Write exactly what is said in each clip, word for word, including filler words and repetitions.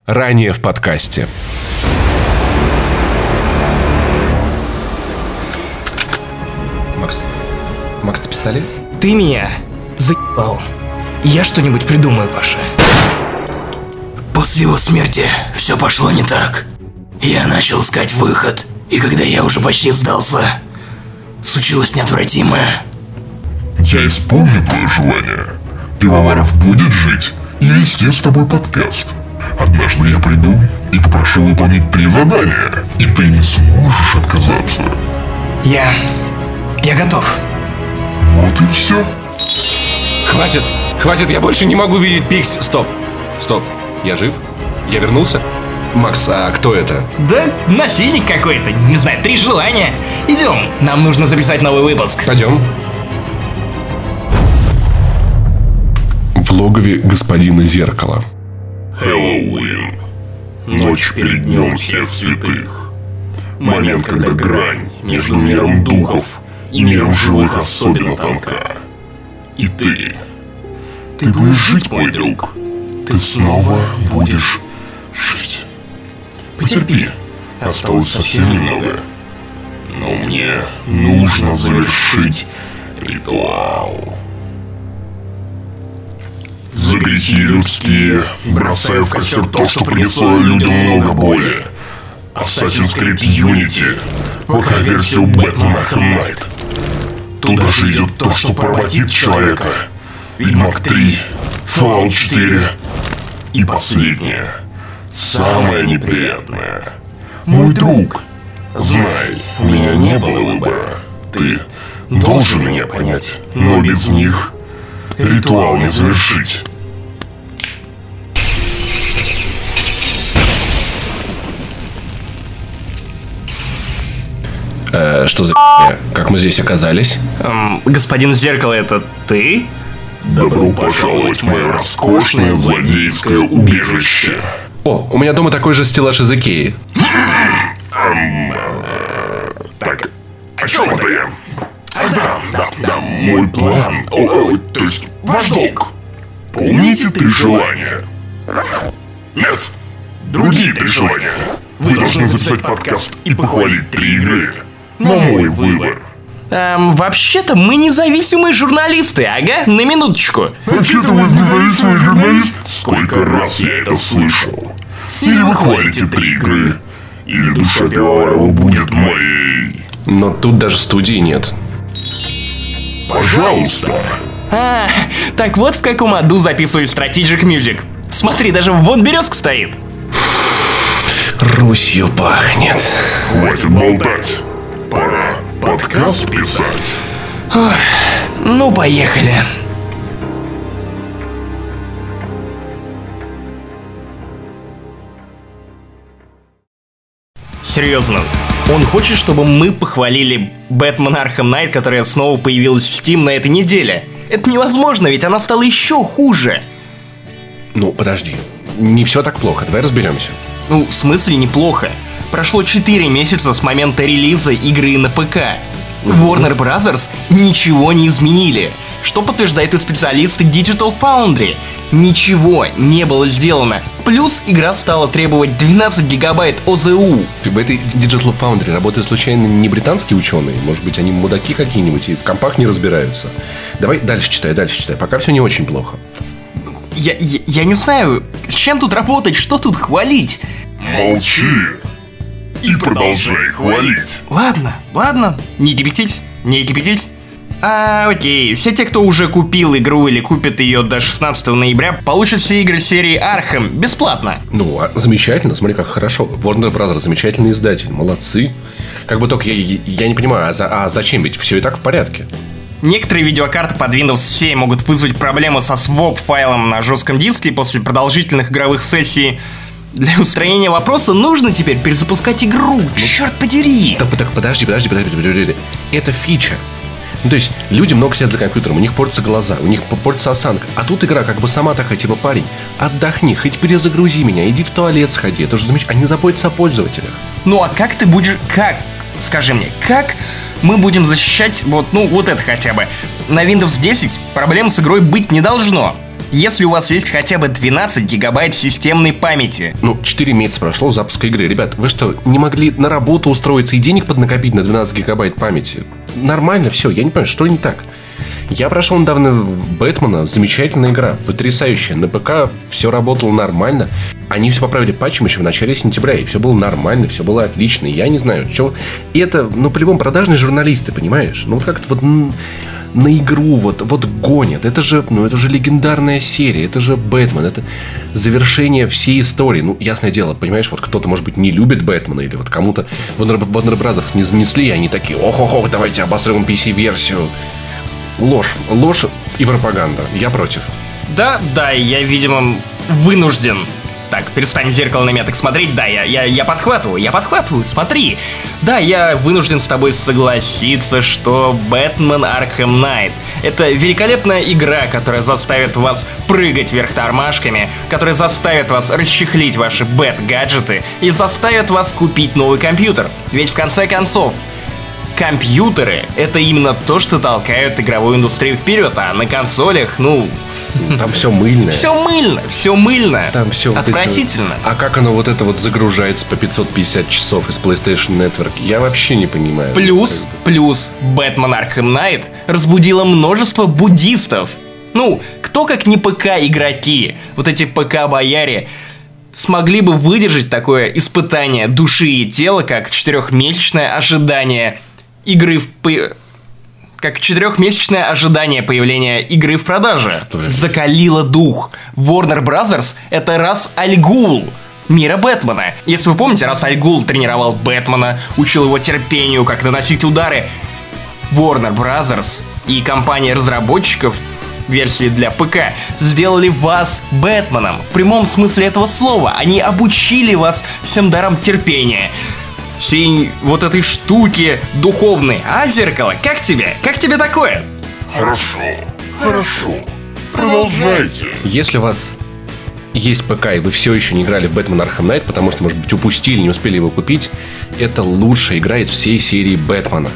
Ранее в подкасте. Макс, Макс, ты пистолет? Ты меня заебал. Я что-нибудь придумаю, Паша. После его смерти все пошло не так. Я начал искать выход, и когда я уже почти сдался, случилось неотвратимое. Я исполню твое желание. Пивоваров будет жить и вести с тобой подкаст. Однажды я приду и попрошу выполнить три задания, и ты не сможешь отказаться. Я... я готов. Вот и все. Хватит, хватит, я больше не могу видеть Пикси. Стоп, стоп, я жив? Я вернулся? Макс, а кто это? Да насильник какой-то, не знаю, три желания. Идем, нам нужно записать новый выпуск. Пойдем. В логове господина Зеркала. Хэллоуин. Ночь перед днем всех святых. Момент, когда грань между миром духов и миром живых особенно тонка. И ты... Ты будешь жить, мой друг. Ты снова будешь жить. Потерпи. Осталось совсем немного. Но мне нужно завершить ритуал. За грехи людские бросаю в костер то, что принесло людям много боли. Assassin's Creed Unity, пока версию Batman Arkham Knight. Туда же идет то, что поработит человека. Ведьмак три, Fallout четыре. И последнее, самое неприятное. Мой друг, знай, у меня не было выбора. Ты должен меня понять, но без них ритуал не завершить. Э, что за х**я? Как мы здесь оказались? Эм, господин Зеркало, это ты? Добро пожаловать в мое роскошное злодейское убежище. О, у меня дома такой же стеллаж из Икеи. Так, о чем это я? Ах, да, да, да, мой план. О, о, то есть ваш долг. Помните три желания? Нет, другие три желания. Вы должны записать подкаст и похвалить три игры. На мой выбор. Эм, вообще-то мы независимые журналисты, ага, на минуточку. Вообще-то вы независимый журналист? Сколько раз я это слышал. Или вы хвалите три игры, или душа Пивоварова будет моей. Но тут даже студии нет. Пожалуйста. А, так вот в каком аду записываю Strategic Music. Смотри, даже вон березка стоит. Русью пахнет. Хватит болтать. Пора подкаст писать. Ох, ну, поехали. Серьезно, он хочет, чтобы мы похвалили Batman Arkham Knight, которая снова появилась в Steam на этой неделе. Это невозможно, ведь она стала еще хуже. Ну, подожди. Не все так плохо, давай разберемся. Ну, в смысле неплохо. Прошло четыре месяца с момента релиза игры на ПК. Warner Bros. Ничего не изменили, что подтверждают и специалисты Digital Foundry. Ничего не было сделано. Плюс игра стала требовать двенадцать гигабайт о зэ у. В этой Digital Foundry работают случайно не британские ученые? Может быть, они мудаки какие-нибудь и в компах не разбираются? Давай дальше читай, дальше читай. Пока все не очень плохо. Я, я, я не знаю, с чем тут работать, что тут хвалить? Молчи. И продолжай хвалить. Ладно, ладно, не кипятить, не кипятить. А, окей, все те, кто уже купил игру или купит ее до шестнадцатого ноября, получат все игры серии Arkham бесплатно. Ну, а, замечательно, смотри, как хорошо. Warner Bros. Замечательный издатель, молодцы. Как бы только я, я не понимаю, а, за, а зачем, ведь все и так в порядке. Некоторые видеокарты под Windows семь могут вызвать проблемы со своп-файлом на жестком диске после продолжительных игровых сессий. Для устранения вопроса нужно теперь перезапускать игру, ну, черт подери! Так, так, подожди, подожди, подожди, подожди. Это фича. Ну, то есть, люди много сидят за компьютером, у них портятся глаза, у них портится осанка. А тут игра как бы сама такая, типа, парень, отдохни, хоть перезагрузи меня, иди в туалет сходи. Это же замечательно, они заботятся о пользователях. Ну, а как ты будешь, как, скажи мне, как мы будем защищать вот, ну, вот это хотя бы? На Windows десять проблем с игрой быть не должно. если у вас есть хотя бы двенадцать гигабайт системной памяти. Ну, четыре месяца прошло с запуска игры. Ребят, вы что, не могли на работу устроиться и денег поднакопить на двенадцать гигабайт памяти? Нормально все, я не понимаю, что не так. Я прошел недавно Бэтмена, замечательная игра, потрясающая. На ПК все работало нормально. Они все поправили патчем еще в начале сентября, и все было нормально, все было отлично. Я не знаю, что... И это, ну, по-любому, продажные журналисты, понимаешь? Ну, вот как-то вот на игру вот, вот гонят. Это же, ну, это же легендарная серия, это же Бэтмен, это завершение всей истории. Ну, ясное дело, понимаешь, вот кто-то, может быть, не любит Бэтмена, или вот кому-то Warner, Warner Brothers не занесли, и они такие: ох-ох-ох, давайте обосрем пи си-версию. Ложь, ложь и пропаганда. Я против. Да, да, я, видимо, вынужден. Так, перестань в зеркало на меня так смотреть. Да, я, я, я подхватываю, я подхватываю, смотри. Да, я вынужден с тобой согласиться, что Бэтмен Аркхэм Найт — это великолепная игра, которая заставит вас прыгать вверх тормашками, которая заставит вас расчехлить ваши бэт-гаджеты и заставит вас купить новый компьютер. Ведь в конце концов, компьютеры — это именно то, что толкают игровую индустрию вперед, а на консолях, ну... Там все мыльное. Все мыльно, все мыльно. Там все отвратительно. Вот эти... А как оно вот это вот загружается по пятьсот пятьдесят часов из PlayStation Network? Я вообще не понимаю. Плюс, плюс, Бэтмен Аркхэм Найт разбудила множество буддистов. Ну, кто как не ПК-игроки, вот эти ПК-бояре, смогли бы выдержать такое испытание души и тела, как четырехмесячное ожидание игры в... Как четырехмесячное ожидание появления игры в продаже. Закалило дух. Warner Brothers — это Рас Аль Гул мира Бэтмена. Если вы помните, Рас Аль Гул тренировал Бэтмена, учил его терпению, как наносить удары. Warner Brothers и компания разработчиков версии для ПК сделали вас Бэтменом. В прямом смысле этого слова. Они обучили вас всем дарам терпения, всей вот этой штуки духовной. А, зеркало, как тебе? Как тебе такое? Хорошо, хорошо. Продолжайте. Если у вас есть ПК, и вы все еще не играли в Бэтмен Аркхэм Найт, потому что, может быть, упустили, не успели его купить, это лучшая игра из всей серии Бэтмена.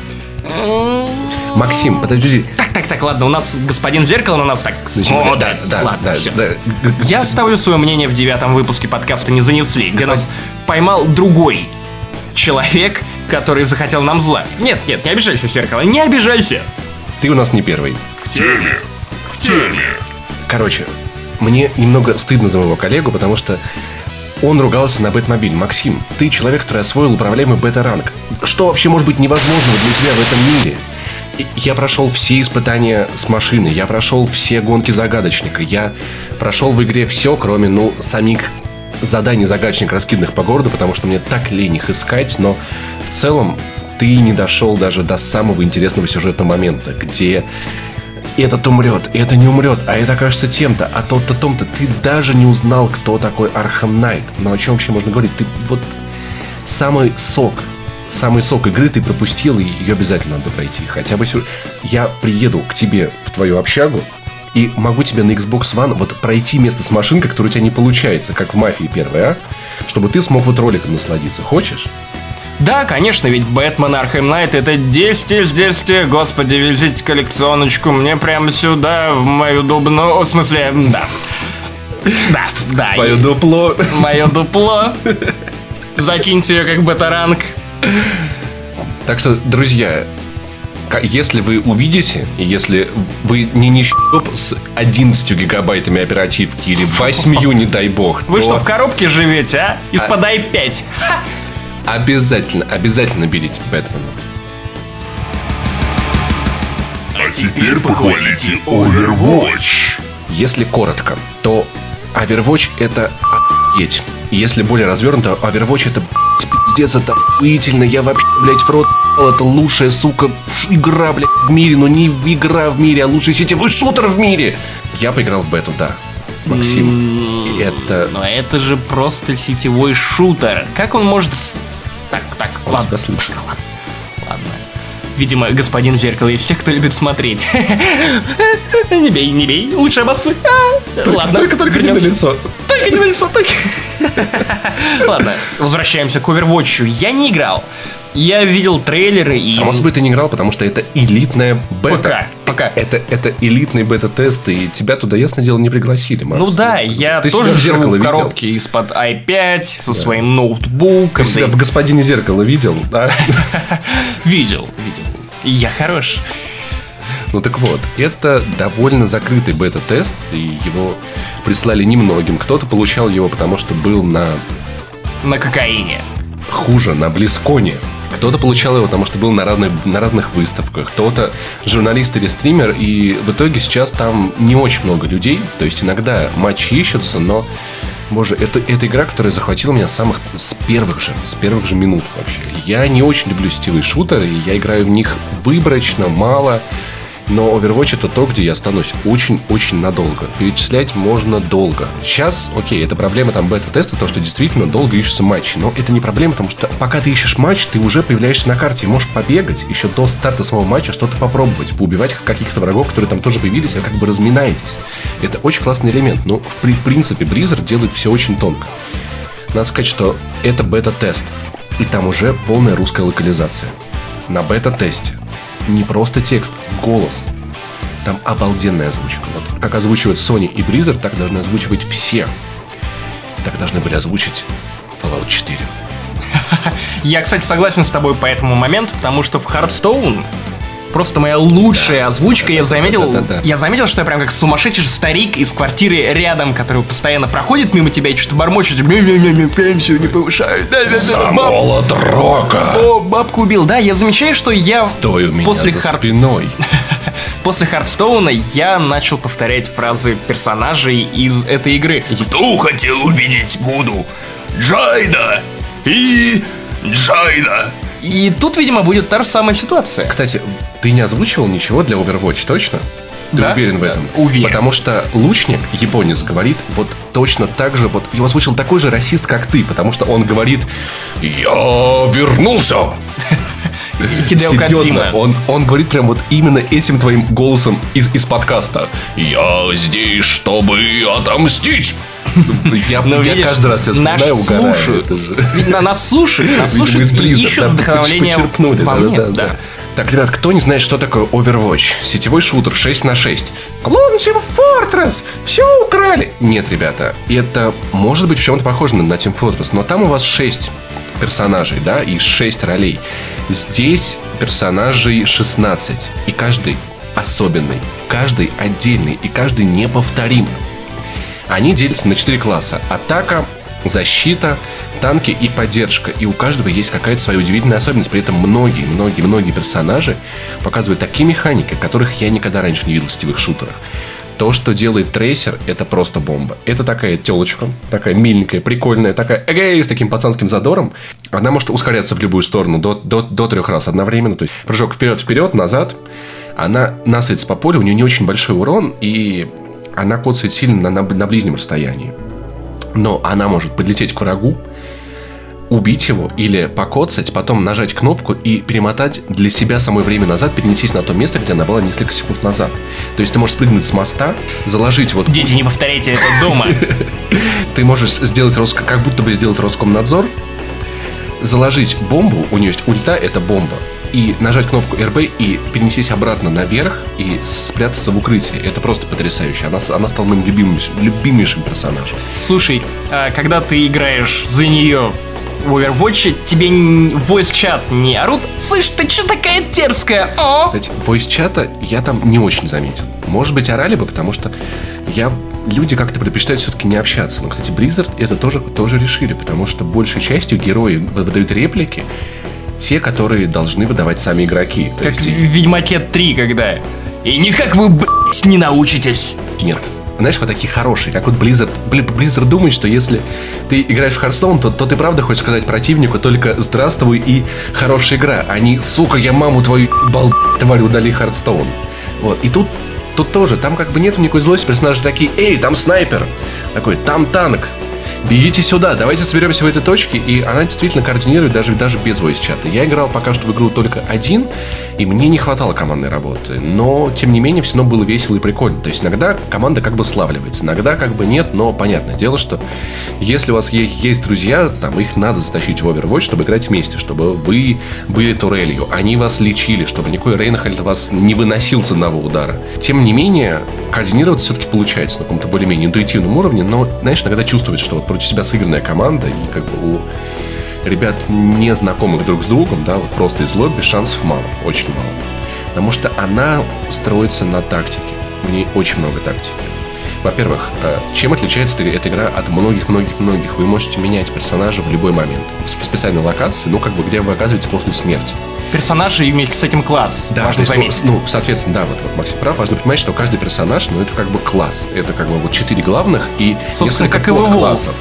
Максим, подожди. Так, так, так, ладно, у нас господин Зеркало на нас так смотрит. Да, да, ладно, да, все. Да. Я ставлю свое мнение в девятом выпуске подкаста «Не занесли», где нас поймал другой человек, который захотел нам зла. Нет, нет, не обижайся, Зеркало, не обижайся. Ты у нас не первый. К теме, к теме. Короче, мне немного стыдно за моего коллегу, потому что он ругался на Бэтмобиль. Максим, ты человек, который освоил управляемый бета-ранг. Что вообще может быть невозможно в мире? Я прошел все испытания с машиной, я прошел все гонки загадочника, я прошел в игре все, кроме, ну, самих заданий загадочник, раскиданных по городу, потому что мне так лень их искать, но в целом ты не дошел даже до самого интересного сюжетного момента, где этот умрет, и это не умрет, а это окажется тем-то, а тот-то, том-то. Ты даже не узнал, кто такой Аркхэм Найт. Но о чем вообще можно говорить? Ты вот самый сок, самый сок игры ты пропустил, и ее обязательно надо пройти. Хотя бы сюжет. Я приеду к тебе в твою общагу и могу тебе на Xbox One вот пройти место с машинкой, которое у тебя не получается, как в «Мафии» первой, а? Чтобы ты смог вот роликом насладиться. Хочешь? Да, конечно, ведь Бэтмен Аркхэм Найт — это десять из десяти. Господи, везите коллекционочку мне прямо сюда, в мою дубну. В смысле, да. Да, да. Мое дупло. Мое дупло. Закиньте ее как бета-ранг. Так что, друзья, если вы увидите, если вы не нищеб с одиннадцатью гигабайтами оперативки или восьмью, не дай бог. Вы то... что, в коробке живете, а? Из-под ай пять. Обязательно, обязательно берите Бэтмена. А теперь похвалите Overwatch. Если коротко, то Overwatch это охуеть. Если более развернуто, Overwatch это пиздец, это охуительно. Я вообще, блядь, в рот это лучшая, сука, игра, блядь, в мире. Но не игра в мире, а лучший сетевой шутер в мире. Я поиграл в бету, да. Максим, это... Но это же просто сетевой шутер. Как он может... Так, так, он ладно. тебя слышит. Ладно, ладно. Видимо, господин Зеркало из тех, кто любит смотреть. Не бей, не бей, лучше обоссуй. Ладно, только, только не на лицо. Только не на лицо, только... Ладно, возвращаемся к Overwatch. Я не играл. Я видел трейлеры и... Само собой, ты не играл, потому что это элитная бета. Пока, пока. Это, это элитный бета-тест, и тебя туда, ясно дело, не пригласили, Макс. Ну да, я ты тоже себя в живу зеркало в видел? коробке из-под ай пять со своим ноутбуком. Ты себя в господине зеркало видел, да? Видел, видел. Я хорош. Ну так вот, это довольно закрытый бета-тест, и его прислали немногим. Кто-то получал его, потому что был на... На кокаине. Хуже, на Близконе. Кто-то получал его, потому что был на разных, на разных выставках. Кто-то журналист или стример. И в итоге сейчас там не очень много людей. То есть иногда матчи ищутся, но... Боже, это, это игра, которая захватила меня с самых... С первых же, с первых же минут вообще. Я не очень люблю сетевые шутеры. И я играю в них выборочно, мало. Но Overwatch это то, где я останусь очень-очень надолго. Перечислять можно долго. Сейчас, окей, это проблема там бета-теста, то, что действительно долго ищутся матчи. Но это не проблема, потому что пока ты ищешь матч, ты уже появляешься на карте и можешь побегать еще до старта самого матча, что-то попробовать, поубивать каких-то врагов, которые там тоже появились, и вы как бы разминаетесь. Это очень классный элемент. Но в, в принципе Blizzard делает все очень тонко. Надо сказать, что это бета-тест. И там уже полная русская локализация. На бета-тесте. Не просто текст, голос. Там обалденная озвучка. Вот как озвучивают Sony и Blizzard, так должны озвучивать все. Так должны были озвучить Fallout четыре. Я, кстати, согласен с тобой по этому моменту, потому что в Hearthstone просто моя лучшая озвучка. Я заметил, да, да, да. я заметил, что я прям как сумасшедший старик из квартиры рядом, который постоянно проходит мимо тебя и что-то бормочет. Не-не-не, пенсию не повышают. За молот рока. О, бабку убил. Да, я замечаю, что я Стой у меня после за Heart- спиной. После Хардстоуна я начал повторять фразы персонажей из этой игры. Кто хотел увидеть Вуду? Джайда и Джайда. И тут, видимо, будет та же самая ситуация. Кстати, ты не озвучивал ничего для Overwatch, точно? Ты Да, уверен в да, этом? уверен. Потому что лучник, японец, говорит вот точно так же, вот его озвучил такой же расист, как ты, потому что он говорит: «Я вернулся!» Хидео Кодзима. Серьезно, он, он говорит прям вот именно этим твоим голосом из, из подкаста. «Я здесь, чтобы отомстить!» Я, Но я видишь, каждый раз тебя нас вспоминаю, угораю. слушают. Это же... Ведь на нас слушают, нас Видимо, слушают из и Blizzard, ищут да, вдохновление почерпнули, во да, мне. да, да, Да. да. Так, ребят, кто не знает, что такое Overwatch? Сетевой шутер шесть на шесть. Клон Team Fortress! Все украли! Нет, ребята, это может быть в чем-то похоже на Team Fortress, но там у вас шесть персонажей, да, и шесть ролей. Здесь персонажей шестнадцать, и каждый особенный, каждый отдельный, и каждый неповторим. Они делятся на четыре класса: атака, защита, танки и поддержка. И у каждого есть какая-то своя удивительная особенность. При этом многие, многие, многие персонажи показывают такие механики, которых я никогда раньше не видел в сетевых шутерах. То, что делает Трейсер, это просто бомба. Это такая телочка, такая миленькая, прикольная, такая эгей, с таким пацанским задором. Она может ускоряться в любую сторону до, до, до трех раз одновременно. То есть прыжок вперед-вперед, назад. Она насыпется по полю, у нее не очень большой урон, и она коцает сильно на, на, на ближнем расстоянии. Но она может подлететь к врагу, убить его или покоцать, потом нажать кнопку и перемотать для себя самое время назад, перенестись на то место, где она была несколько секунд назад. То есть ты можешь спрыгнуть с моста, заложить вот... Дети, не повторяйте это дома. Ты можешь сделать Роско... как будто бы сделать Роскомнадзор, заложить бомбу, у нее есть ульта, это бомба, и нажать кнопку эр бэ и перенестись обратно наверх и спрятаться в укрытии. Это просто потрясающе. Она, она стала моим любимейшим, любимейшим персонажем. Слушай, а когда ты играешь за нее в Overwatch, тебе voice-чат не орут? Слышь, ты че такая дерзкая? О! Кстати, voice-чата я там не очень заметил. Может быть, орали бы, потому что я... люди как-то предпочитают все-таки не общаться. Но, кстати, Blizzard это тоже, тоже решили, потому что большей частью герои выдают реплики, те, которые должны выдавать сами игроки. То Как есть... в Ведьмаке три, когда... И никак вы, блять, не научитесь. Нет. Знаешь, вот такие хорошие, как вот Blizzard. Blizzard думает, что если ты играешь в Hearthstone, то, то ты правда хочешь сказать противнику только «здравствуй» и «хорошая игра», а не «сука, я маму твою ебал, тварь, удали Hearthstone». Вот. И тут, тут тоже, там как бы нету никакой злости, персонажи такие: «Эй, там снайпер», такой: «Там танк». бегите сюда, давайте соберемся в этой точке. И она действительно координирует даже, даже без voice-чата. Я играл пока что в игру только один, и мне не хватало командной работы. Но, тем не менее, все равно было весело и прикольно. То есть иногда команда как бы славливается, иногда как бы нет. Но понятное дело, что если у вас есть, есть друзья, там, их надо затащить в Overwatch, чтобы играть вместе, чтобы вы были турелью, они вас лечили, чтобы никакой Рейнхальд вас не выносил с одного удара. Тем не менее, координироваться все-таки получается на каком-то более-менее интуитивном уровне, но, знаешь, иногда чувствуется, что вот против тебя сыгранная команда, и как бы у ребят, не знакомых друг с другом, да, вот просто из лобби шансов мало, очень мало. Потому что она строится на тактике. В ней очень много тактики. Во-первых, чем отличается эта игра от многих-многих-многих? Вы можете менять персонажа в любой момент. В специальной локации, ну, как бы, где вы оказываетесь после смерти. Персонажи и вместе с этим класс. Да, важно заметить. Ну, соответственно, да, вот, вот Максим прав. Важно понимать, что каждый персонаж, ну, это как бы класс. Это как бы вот четыре главных и собственно, несколько как и в классов.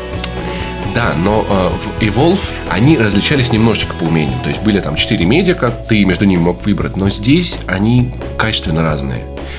Да, но э, в Evolve они различались немножечко по умениям. То есть были там четыре медика, ты между ними мог выбрать. Но здесь они качественно разные.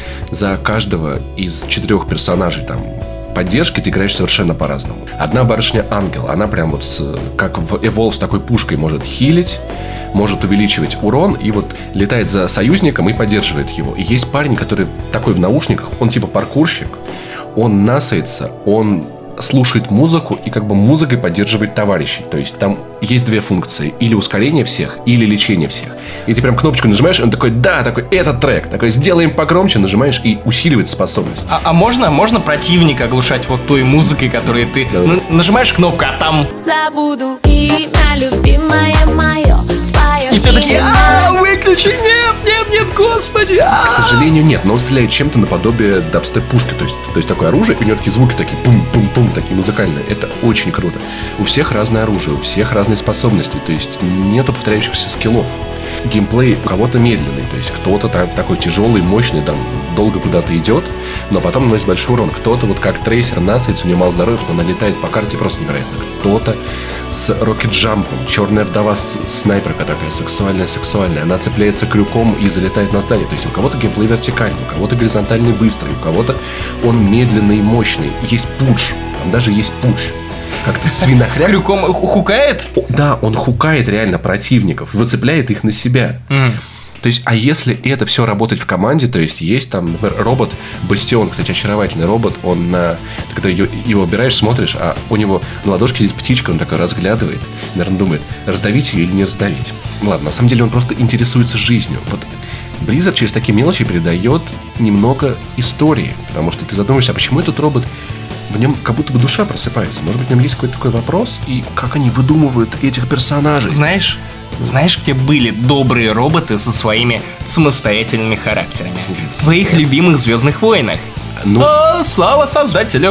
За каждого из четырех персонажей там поддержки ты играешь совершенно по-разному. Одна барышня ангел, она прям вот с, как в Evolve с такой пушкой может хилить, может увеличивать урон и вот летает за союзником и поддерживает его. И есть парень, который такой в наушниках, он типа паркурщик, он насается, он слушает музыку и как бы музыкой поддерживает товарищей. То есть там есть две функции. Или ускорение всех, или лечение всех. И ты прям кнопочку нажимаешь, и он такой, да, такой, этот трек. Такой, сделаем погромче, нажимаешь и усиливает способность. А, а можно, можно противника оглушать вот той музыкой, которую ты да. на, нажимаешь кнопку, а там... Забуду имя любимое мое. И все такие, а выключи, нет, нет, нет, господи. К сожалению, нет, но он стреляет чем-то наподобие дабстеп-пушки. То есть, то есть такое оружие, и у него такие звуки такие пум-пум-пум, такие музыкальные. Это очень круто. У всех разное оружие, у всех разные способности. То есть нету повторяющихся скиллов. Геймплей у кого-то медленный, то есть кто-то там такой тяжелый, мощный, там долго куда-то идет, но потом наносит большой урон. Кто-то вот как трейсер насается, у него мало здоровья, но она летает по карте просто невероятно. Кто-то с рокет-джампом, черная вдова, снайперка такая, сексуальная-сексуальная, она цепляется крюком и залетает на здание. То есть у кого-то геймплей вертикальный, у кого-то горизонтальный быстрый, у кого-то он медленный и мощный. Есть пуш, там даже есть пуш. Как-то свинохряк. С крюком хукает? Да, он хукает реально противников, выцепляет их на себя. Mm. То есть, а если это все работать в команде, то есть, есть там, например, робот Бастион, кстати, очаровательный робот, он на... Ты когда его, его убираешь, смотришь, а у него на ладошке здесь птичка, он такой разглядывает, наверное, думает, раздавить ее или не раздавить. Ладно, на самом деле он просто интересуется жизнью. Вот Blizzard через такие мелочи передает немного истории, потому что ты задумаешься, а почему этот робот... В нем как будто бы душа просыпается. Может быть, в нем есть какой-то такой вопрос, и как они выдумывают этих персонажей. Знаешь, знаешь, где были добрые роботы со своими самостоятельными характерами? В твоих любимых «Звездных войнах». Ну... О, слава создателю!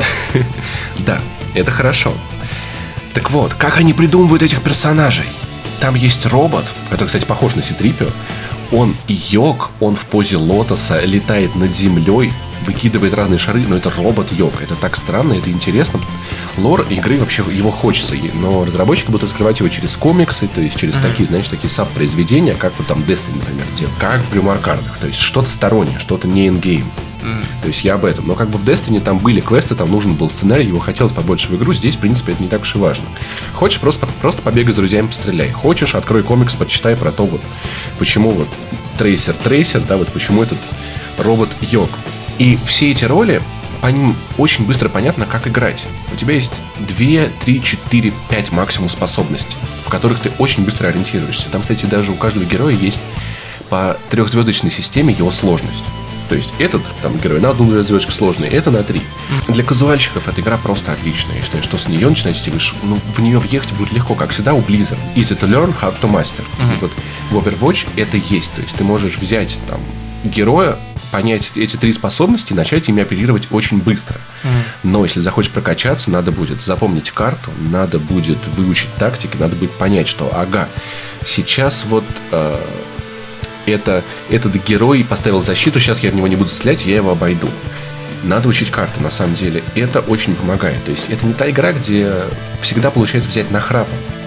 Да, это хорошо. Так вот, как они придумывают этих персонажей? Там есть робот, который, кстати, похож на Си-три пи о. Он йог, он в позе лотоса летает над землей, выкидывает разные шары, но это робот-йог. Это так странно, это интересно. Лор игры вообще его хочется, но разработчики будут раскрывать его через комиксы, то есть через mm-hmm. такие, знаешь, такие саб-произведения, как вот там Destiny, например, делают, как в Гримуар-картах. То есть что-то стороннее, что-то не ингейм. Mm-hmm. То есть я об этом. Но как бы в Destiny там были квесты, там нужен был сценарий, его хотелось побольше в игру. Здесь, в принципе, это не так уж и важно. Хочешь, просто, просто побегай с друзьями, постреляй. Хочешь, открой комикс, почитай про то, вот почему вот трейсер-трейсер, да, вот почему этот робот-йог. И все эти роли, по ним очень быстро понятно, как играть. У тебя есть две, три, четыре, пять максимум способностей, в которых ты очень быстро ориентируешься. Там, кстати, даже у каждого героя есть по трехзвездочной системе его сложность. То есть этот там герой на одну звездочку сложный, это на три. Для казуальщиков эта игра просто отличная. Я считаю, что с нее начинаете, ну, в нее въехать будет легко, как всегда у Blizzard. Easy to learn, hard to master. Mm-hmm. И вот в Overwatch это есть. То есть ты можешь взять там героя, понять эти три способности и начать ими оперировать очень быстро. Mm. Но если захочешь прокачаться, надо будет запомнить карту, надо будет выучить тактики, надо будет понять, что ага, сейчас вот э, это, этот герой поставил защиту, сейчас я в него не буду стрелять, я его обойду. Надо учить карты, на самом деле. Это очень помогает. То есть это не та игра, где всегда получается взять нахрапом.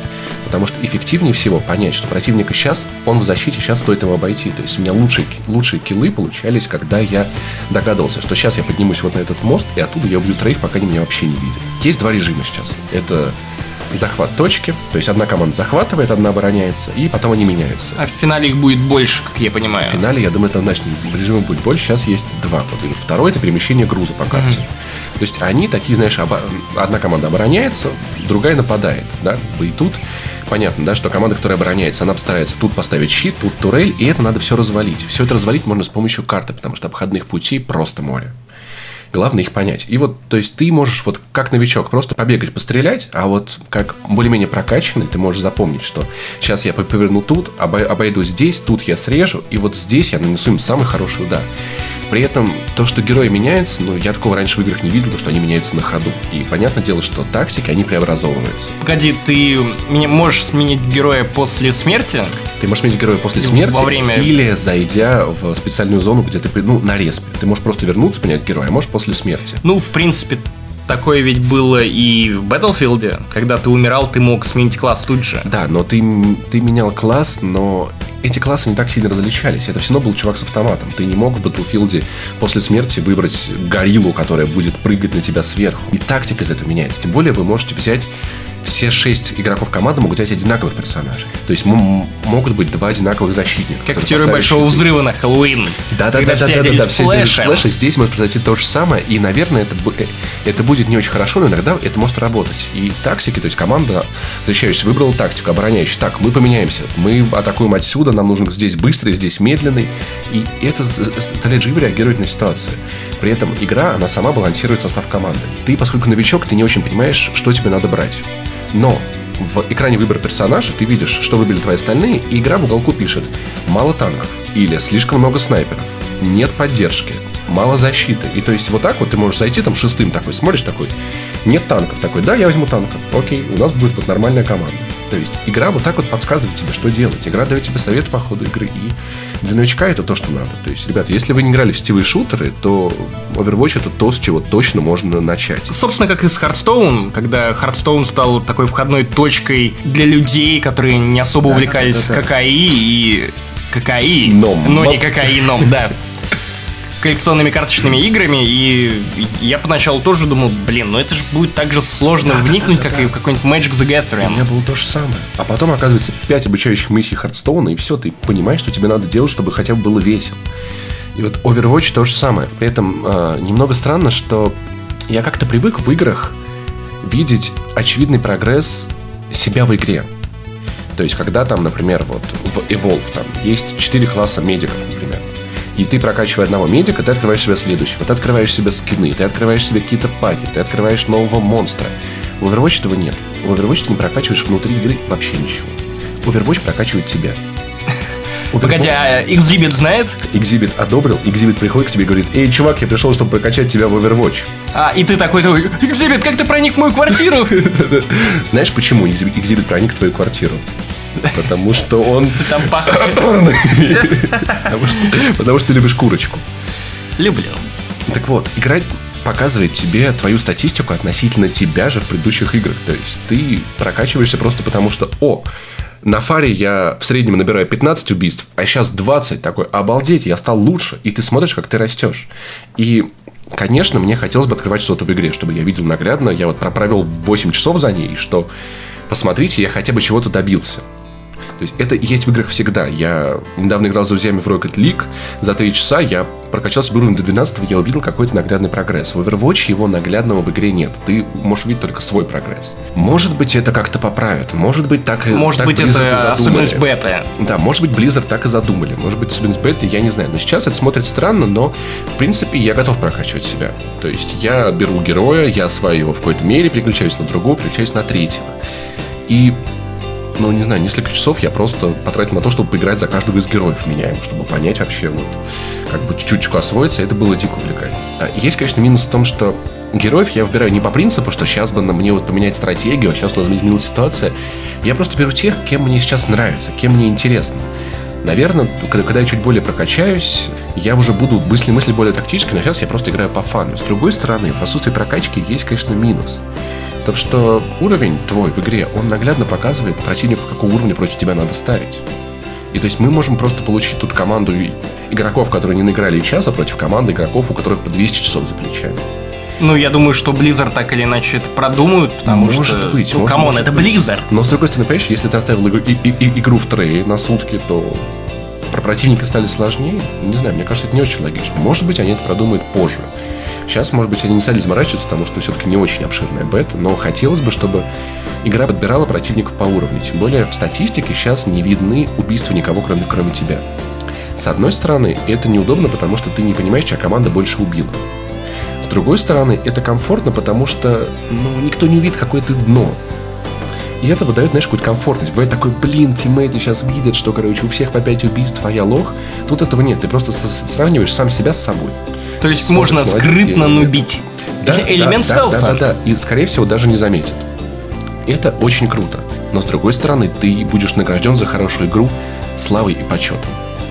Потому что эффективнее всего понять, что противника сейчас, он в защите, сейчас стоит его обойти. То есть у меня лучшие, лучшие киллы получались, когда я догадывался, что сейчас я поднимусь вот на этот мост, и оттуда я убью троих, пока они меня вообще не видят. Есть два режима сейчас. Это захват точки, то есть одна команда захватывает, одна обороняется, и потом они меняются. А в финале их будет больше, как я понимаю. В финале, я думаю, это однозначно режимов будет больше. Сейчас есть два. Вот, второй — это перемещение груза по карте. Mm-hmm. То есть они такие, знаешь, оба... одна команда обороняется, другая нападает, да, и тут понятно, да, что команда, которая обороняется, она старается тут поставить щит, тут турель, и это надо все развалить. Все это развалить можно с помощью карты, потому что обходных путей просто море. Главное их понять. И вот, то есть, ты можешь вот как новичок просто побегать, пострелять, а вот как более-менее прокачанный ты можешь запомнить, что сейчас я поверну тут, обойду здесь, тут я срежу, и вот здесь я нанесу им самый хороший удар. При этом то, что герои меняются, ну, я такого раньше в играх не видел, что они меняются на ходу. И понятное дело, что тактики, они преобразовываются. Погоди, ты можешь сменить героя после смерти? Ты можешь сменить героя после смерти во время... или зайдя в специальную зону, где ты, ну, на респе. Ты можешь просто вернуться, понять героя, а можешь после смерти. Ну, в принципе, такое ведь было и в Battlefield. Когда ты умирал, ты мог сменить класс тут же. Да, но ты, ты менял класс, но эти классы не так сильно различались. Это все равно был чувак с автоматом. Ты не мог в Battlefield после смерти выбрать гориллу, которая будет прыгать на тебя сверху. И тактика из этого меняется. Тем более вы можете взять... Все шесть игроков команды могут взять одинаковых персонажей. То есть м- могут быть два одинаковых защитника. Как в теории Большого щиты. Взрыва на Хэллоуин. Да-да-да, все оделись флешем. Здесь может произойти то же самое. И, наверное, это, это будет не очень хорошо, но иногда это может работать. И тактики, то есть команда, защищающаяся, выбрала тактику, обороняющая. Так, мы поменяемся. Мы атакуем отсюда, нам нужен здесь быстрый, здесь медленный. И это заставляет живо реагировать на ситуацию. При этом игра, она сама балансирует состав команды. Ты, поскольку новичок, ты не очень понимаешь, что тебе надо брать. Но в экране выбора персонажа ты видишь, что выбрали твои остальные, и игра в уголку пишет: мало танков, или слишком много снайперов, нет поддержки, мало защиты. И то есть вот так вот ты можешь зайти там шестым такой, смотришь такой, нет танков, такой, да, я возьму танков, окей, у нас будет вот нормальная команда. То есть игра вот так вот подсказывает тебе, что делать. Игра дает тебе советы по ходу игры. И для новичка это то, что надо. То есть, ребята, если вы не играли в сетевые шутеры, то Overwatch — это то, с чего точно можно начать. Собственно, как и с Hearthstone, когда Hearthstone стал такой входной точкой для людей, которые не особо увлекались да, да, да, да. ККИ и... ККИ, Ном. но не кокаином, да. Коллекционными карточными играми, и я поначалу тоже думал, блин, ну это же будет так же сложно да, вникнуть, да, да, как да. и в какой-нибудь Magic the Gathering. У меня было то же самое. А потом, оказывается, пять обучающих миссий Хардстоуна, и все, ты понимаешь, что тебе надо делать, чтобы хотя бы было весело. И вот Overwatch то же самое. При этом э, немного странно, что я как-то привык в играх видеть очевидный прогресс себя в игре. То есть, когда там, например, вот в Evolve там есть четыре класса медиков, например. И ты, прокачивая одного медика, ты открываешь себе следующего. Ты открываешь себе скины, ты открываешь себе какие-то паки, ты открываешь нового монстра. В Overwatch этого нет. В Overwatch ты не прокачиваешь внутри игры вообще ничего. Overwatch прокачивает тебя. Overwatch... Погоди, а Exhibit знает? Exhibit одобрил, Exhibit приходит к тебе и говорит: эй, чувак, я пришел, чтобы прокачать тебя в Overwatch. А, и ты такой, такой: Exhibit, как ты проник в мою квартиру? Знаешь, почему Exhibit проник в твою квартиру? Потому что он... Там пахнет. Потому что ты любишь курочку. Люблю. Так вот, игра показывает тебе твою статистику относительно тебя же в предыдущих играх. То есть ты прокачиваешься просто потому, что о, на фаре я в среднем набираю пятнадцать убийств, а сейчас двадцать. Такой, обалдеть, я стал лучше. И ты смотришь, как ты растешь. И... Конечно, мне хотелось бы открывать что-то в игре, чтобы я видел наглядно. Я вот провел восемь часов за ней, что, посмотрите, я хотя бы чего-то добился. То есть это есть в играх всегда. Я недавно играл с друзьями в Rocket League. За три часа я прокачался до уровня до двенадцатого, я увидел какой-то наглядный прогресс. В Overwatch его наглядного в игре нет. Ты можешь увидеть только свой прогресс. Может быть, это как-то поправят. Может быть, так и Может так быть, это особенность беты. Да, может быть, Blizzard так и задумали. Может быть, особенность беты, я не знаю. Но сейчас это смотрится странно, но, в принципе, я готов прокачивать себя. То есть я беру героя, я осваиваю его в какой-то мере, переключаюсь на другого, переключаюсь на третьего. И... Ну, не знаю, несколько часов я просто потратил на то, чтобы поиграть за каждого из героев меняемых, чтобы понять вообще, вот, как бы чуть-чуть освоиться, это было дико увлекательно. А есть, конечно, минус в том, что героев я выбираю не по принципу, что сейчас бы мне вот поменять стратегию, а сейчас у нас изменилась ситуация. Я просто беру тех, кем мне сейчас нравится, кем мне интересно. Наверное, когда я чуть более прокачаюсь, я уже буду мысли мысли более тактически, но сейчас я просто играю по фану. С другой стороны, в отсутствии прокачки есть, конечно, минус. Так что уровень твой в игре, он наглядно показывает противнику, какого уровня против тебя надо ставить. И то есть мы можем просто получить тут команду игроков, которые не наиграли и часа, против команды игроков, у которых по двести часов за плечами. Ну, я думаю, что Blizzard так или иначе это продумают, потому может что... Быть, ну, камон, это быть. Blizzard. Но, с другой стороны, понимаешь, если ты оставил игру, и, и, игру в трее на сутки, то про противника стали сложнее. Не знаю, мне кажется, это не очень логично. Может быть, они это продумают позже. Сейчас, может быть, они не стали заморачиваться, потому что все-таки не очень обширная бета, но хотелось бы, чтобы игра подбирала противников по уровню. Тем более в статистике сейчас не видны убийства никого, кроме, кроме тебя. С одной стороны, это неудобно, потому что ты не понимаешь, чья команда больше убила. С другой стороны, это комфортно, потому что ну, никто не увидит, какое ты дно. И это выдает, знаешь, какую-то комфортность. Бывает такой, блин, тиммейты сейчас видят, что, короче, у всех по пять убийств, а я лох. Тут этого нет, ты просто сравниваешь сам себя с собой. То есть Смотришь, можно скрытно я... нубить. Да, элемент да, стелса. Да, да, да, да. И, скорее всего, даже не заметит. Это очень круто. Но, с другой стороны, ты будешь награжден за хорошую игру славой и почетом.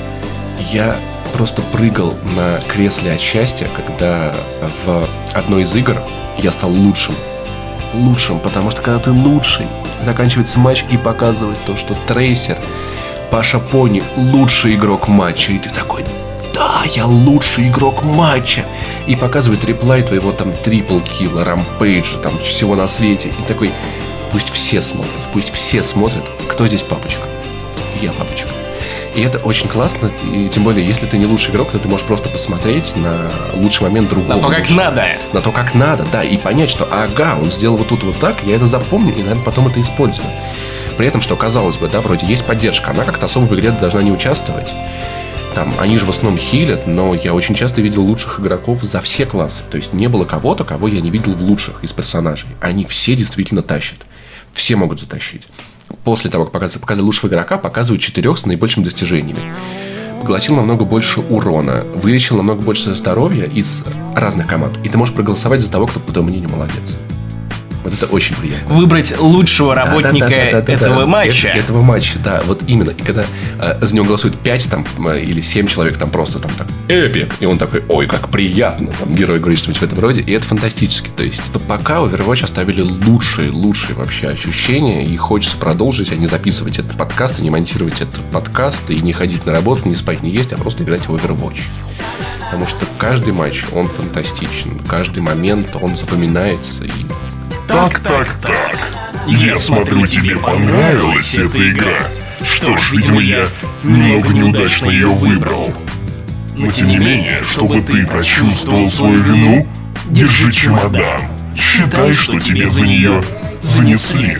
Я просто прыгал на кресле от счастья, когда в одной из игр я стал лучшим. Лучшим, потому что когда ты лучший, заканчивается матч и показывает то, что Трейсер, Паша Пони, лучший игрок матча. И ты такой... Да, я лучший игрок матча. И показывает реплай твоего там трипл-килла, рампейджа, там всего на свете. И такой, пусть все смотрят, пусть все смотрят, кто здесь папочка. Я папочка. И это очень классно. И тем более, если ты не лучший игрок, то ты можешь просто посмотреть на лучший момент другого. На то, как лучшего. надо. На то, как надо, да. И понять, что ага, он сделал вот тут вот так, я это запомню и, наверное, потом это использую. При этом, что казалось бы, да, вроде есть поддержка. Она как-то особо в игре должна не участвовать. Там, они же в основном хилят, но я очень часто видел лучших игроков за все классы. То есть не было кого-то, кого я не видел в лучших из персонажей. Они все действительно тащат. Все могут затащить. После того, как показали, показали лучшего игрока, показывают четырех с наибольшими достижениями. Поглотил намного больше урона, вылечил намного больше здоровья из разных команд. И ты можешь проголосовать за того, кто, по твоему мнению, молодец. Вот это очень приятно. Выбрать лучшего работника да, да, да, да, этого да, матча. Это, этого матча, да, вот именно. И когда э, за него голосует пять там, или семь человек, там просто там так эпик, и он такой, ой, как приятно, там герой говорит что-нибудь в этом роде, и это фантастически. То есть пока Overwatch оставили лучшие, лучшие вообще ощущения, и хочется продолжить, а не записывать этот подкаст, и не монтировать этот подкаст, и не ходить на работу, не спать, не есть, а просто играть в Overwatch. Потому что каждый матч, он фантастичен, каждый момент, он запоминается, и... Так, так, так. Я смотрю, тебе понравилась эта игра. Что ж, видимо, я немного неудачно ее выбрал. Но тем не менее, чтобы ты прочувствовал свою вину, держи чемодан. Считай, что тебе за нее занесли.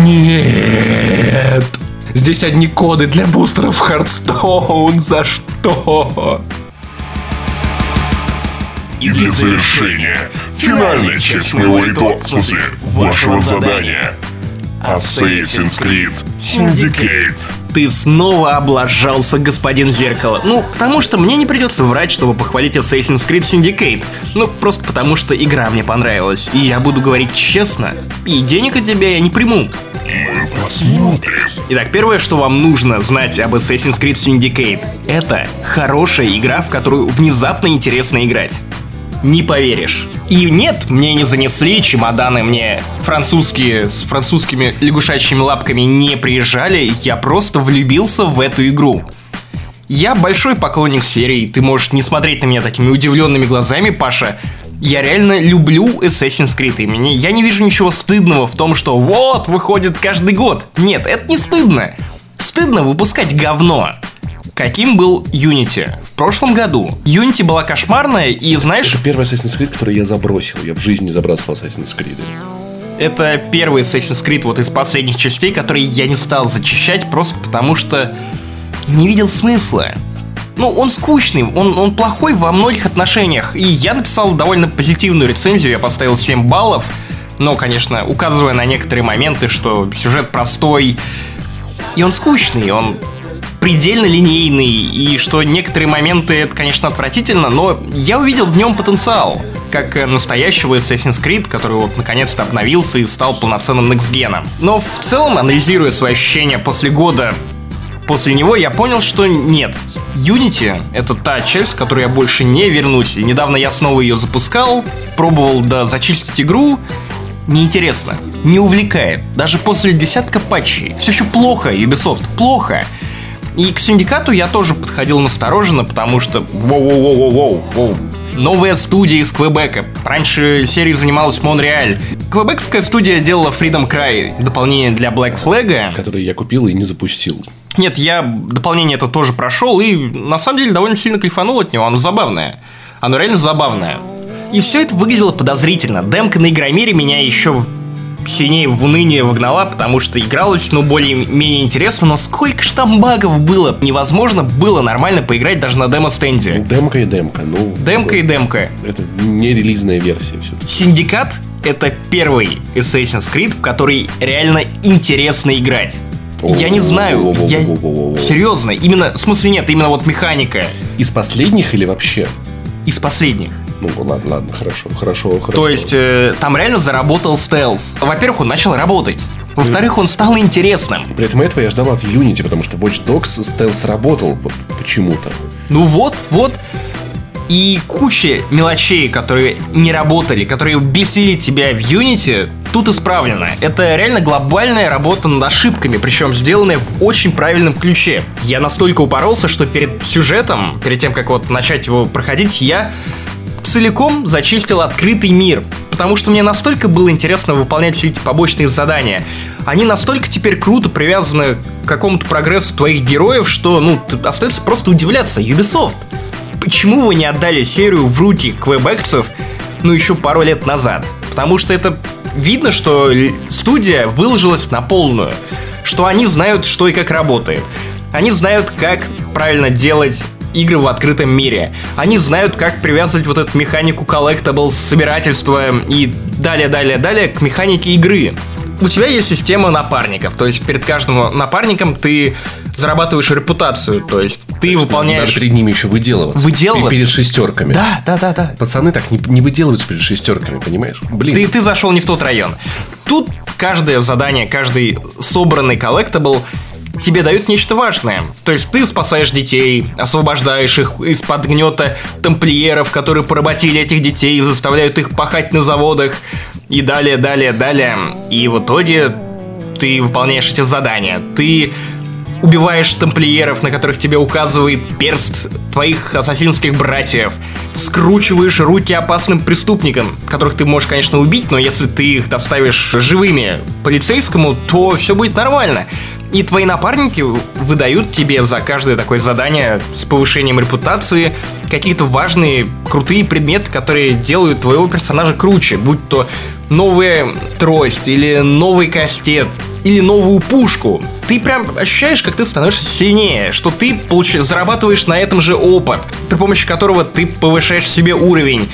Нет! Здесь одни коды для бустеров Hearthstone. За что? И для завершения, финальная часть моего итога, в смысле, вашего задания. Assassin's Creed Syndicate. Ты снова облажался, господин Зеркало. Ну, потому что мне не придется врать, чтобы похвалить Assassin's Creed Syndicate. Ну, просто потому что игра мне понравилась. И я буду говорить честно. И денег от тебя я не приму. Мы посмотрим. Итак, первое, что вам нужно знать об Assassin's Creed Syndicate, это хорошая игра, в которую внезапно интересно играть. Не поверишь. И нет, мне не занесли, чемоданы мне французские с французскими лягушачьими лапками не приезжали, я просто влюбился в эту игру. Я большой поклонник серии, ты можешь не смотреть на меня такими удивленными глазами, Паша. Я реально люблю Assassin's Creed, и мне, я не вижу ничего стыдного в том, что вот, выходит каждый год. Нет, это не стыдно. Стыдно выпускать говно. Каким был Unity в прошлом году? Unity была кошмарная, и знаешь... Это первый Assassin's Creed, который я забросил. Я в жизни не забрасывал Assassin's Creed. Это первый Assassin's Creed вот из последних частей, который я не стал зачищать, просто потому что не видел смысла. Ну, он скучный, он, он плохой во многих отношениях. И я написал довольно позитивную рецензию, я поставил семь баллов. Но, конечно, указывая на некоторые моменты, что сюжет простой, и он скучный, он... предельно линейный, и что некоторые моменты это, конечно, отвратительно, но я увидел в нем потенциал, как настоящего Assassin's Creed, который вот наконец-то обновился и стал полноценным некстгеном. Но в целом, анализируя свои ощущения после года после него, я понял, что нет. Unity — это та часть, в которую я больше не вернусь. И недавно я снова ее запускал, пробовал, да, зачистить игру, неинтересно, не увлекает. Даже после десятка патчей. Все еще плохо, Ubisoft, плохо. И к Синдикату я тоже подходил настороженно, потому что... Воу-воу-воу-воу-воу. Новая студия из Квебека. Раньше серией занималась Монреаль. Квебекская студия делала Freedom Cry, дополнение для Black Flag. Который я купил и не запустил. Нет, я дополнение это тоже прошел, и на самом деле довольно сильно кайфанул от него. Оно забавное. Оно реально забавное. И все это выглядело подозрительно. Демка на Игромире меня еще сильнее в уныние вогнала, потому что игралось, ну, более-менее интересно, но сколько ж там багов было. Невозможно было нормально поиграть даже на демо-стенде. Демка и демка, ну... Демка и демка. Это не релизная версия все-таки. Синдикат — это первый Assassin's Creed, в который реально интересно играть. Я не знаю, я... Серьезно, именно... В смысле нет, именно вот механика. Из последних или вообще? Из последних. Ну, ладно, ладно, хорошо, хорошо, хорошо. То есть, э, там реально заработал стелс. Во-первых, он начал работать. Во-вторых, он стал интересным. При этом этого я ждал от Unity, потому что Watch Dogs стелс работал вот почему-то. Ну вот, вот. И куча мелочей, которые не работали, которые бесили тебя в Unity, тут исправлено. Это реально глобальная работа над ошибками, причем сделанная в очень правильном ключе. Я настолько упоролся, что перед сюжетом, перед тем, как вот начать его проходить, я целиком зачистил открытый мир, потому что мне настолько было интересно выполнять все эти побочные задания. Они настолько теперь круто привязаны к какому-то прогрессу твоих героев, что, ну, остается просто удивляться. Ubisoft, почему вы не отдали серию в руки квебекцев, ну, еще пару лет назад? Потому что это видно, что студия выложилась на полную, что они знают, что и как работает. Они знают, как правильно делать игры в открытом мире. Они знают, как привязывать вот эту механику collectibles, собирательства и далее-далее-далее к механике игры. У тебя есть система напарников, то есть перед каждым напарником ты зарабатываешь репутацию, то есть ты так выполняешь... Надо перед ними еще выделываться. Выделываться? Перед шестерками. Да, да, да, да. Пацаны так не, не выделываются перед шестерками, понимаешь? Блин. Ты, ты зашел не в тот район. Тут каждое задание, каждый собранный коллектабл тебе дают нечто важное. То есть ты спасаешь детей, освобождаешь их из-под гнета тамплиеров, которые поработили этих детей и заставляют их пахать на заводах. И далее, далее, далее. И в итоге ты выполняешь эти задания. Ты убиваешь тамплиеров, на которых тебе указывает перст твоих ассасинских братьев. Скручиваешь руки опасным преступникам, которых ты можешь, конечно, убить, но если ты их доставишь живыми полицейскому, то все будет нормально. И твои напарники выдают тебе за каждое такое задание с повышением репутации какие-то важные, крутые предметы, которые делают твоего персонажа круче. Будь то новая трость, или новый кастет, или новую пушку. Ты прям ощущаешь, как ты становишься сильнее, что ты получаешь, зарабатываешь на этом же опыт, при помощи которого ты повышаешь себе уровень.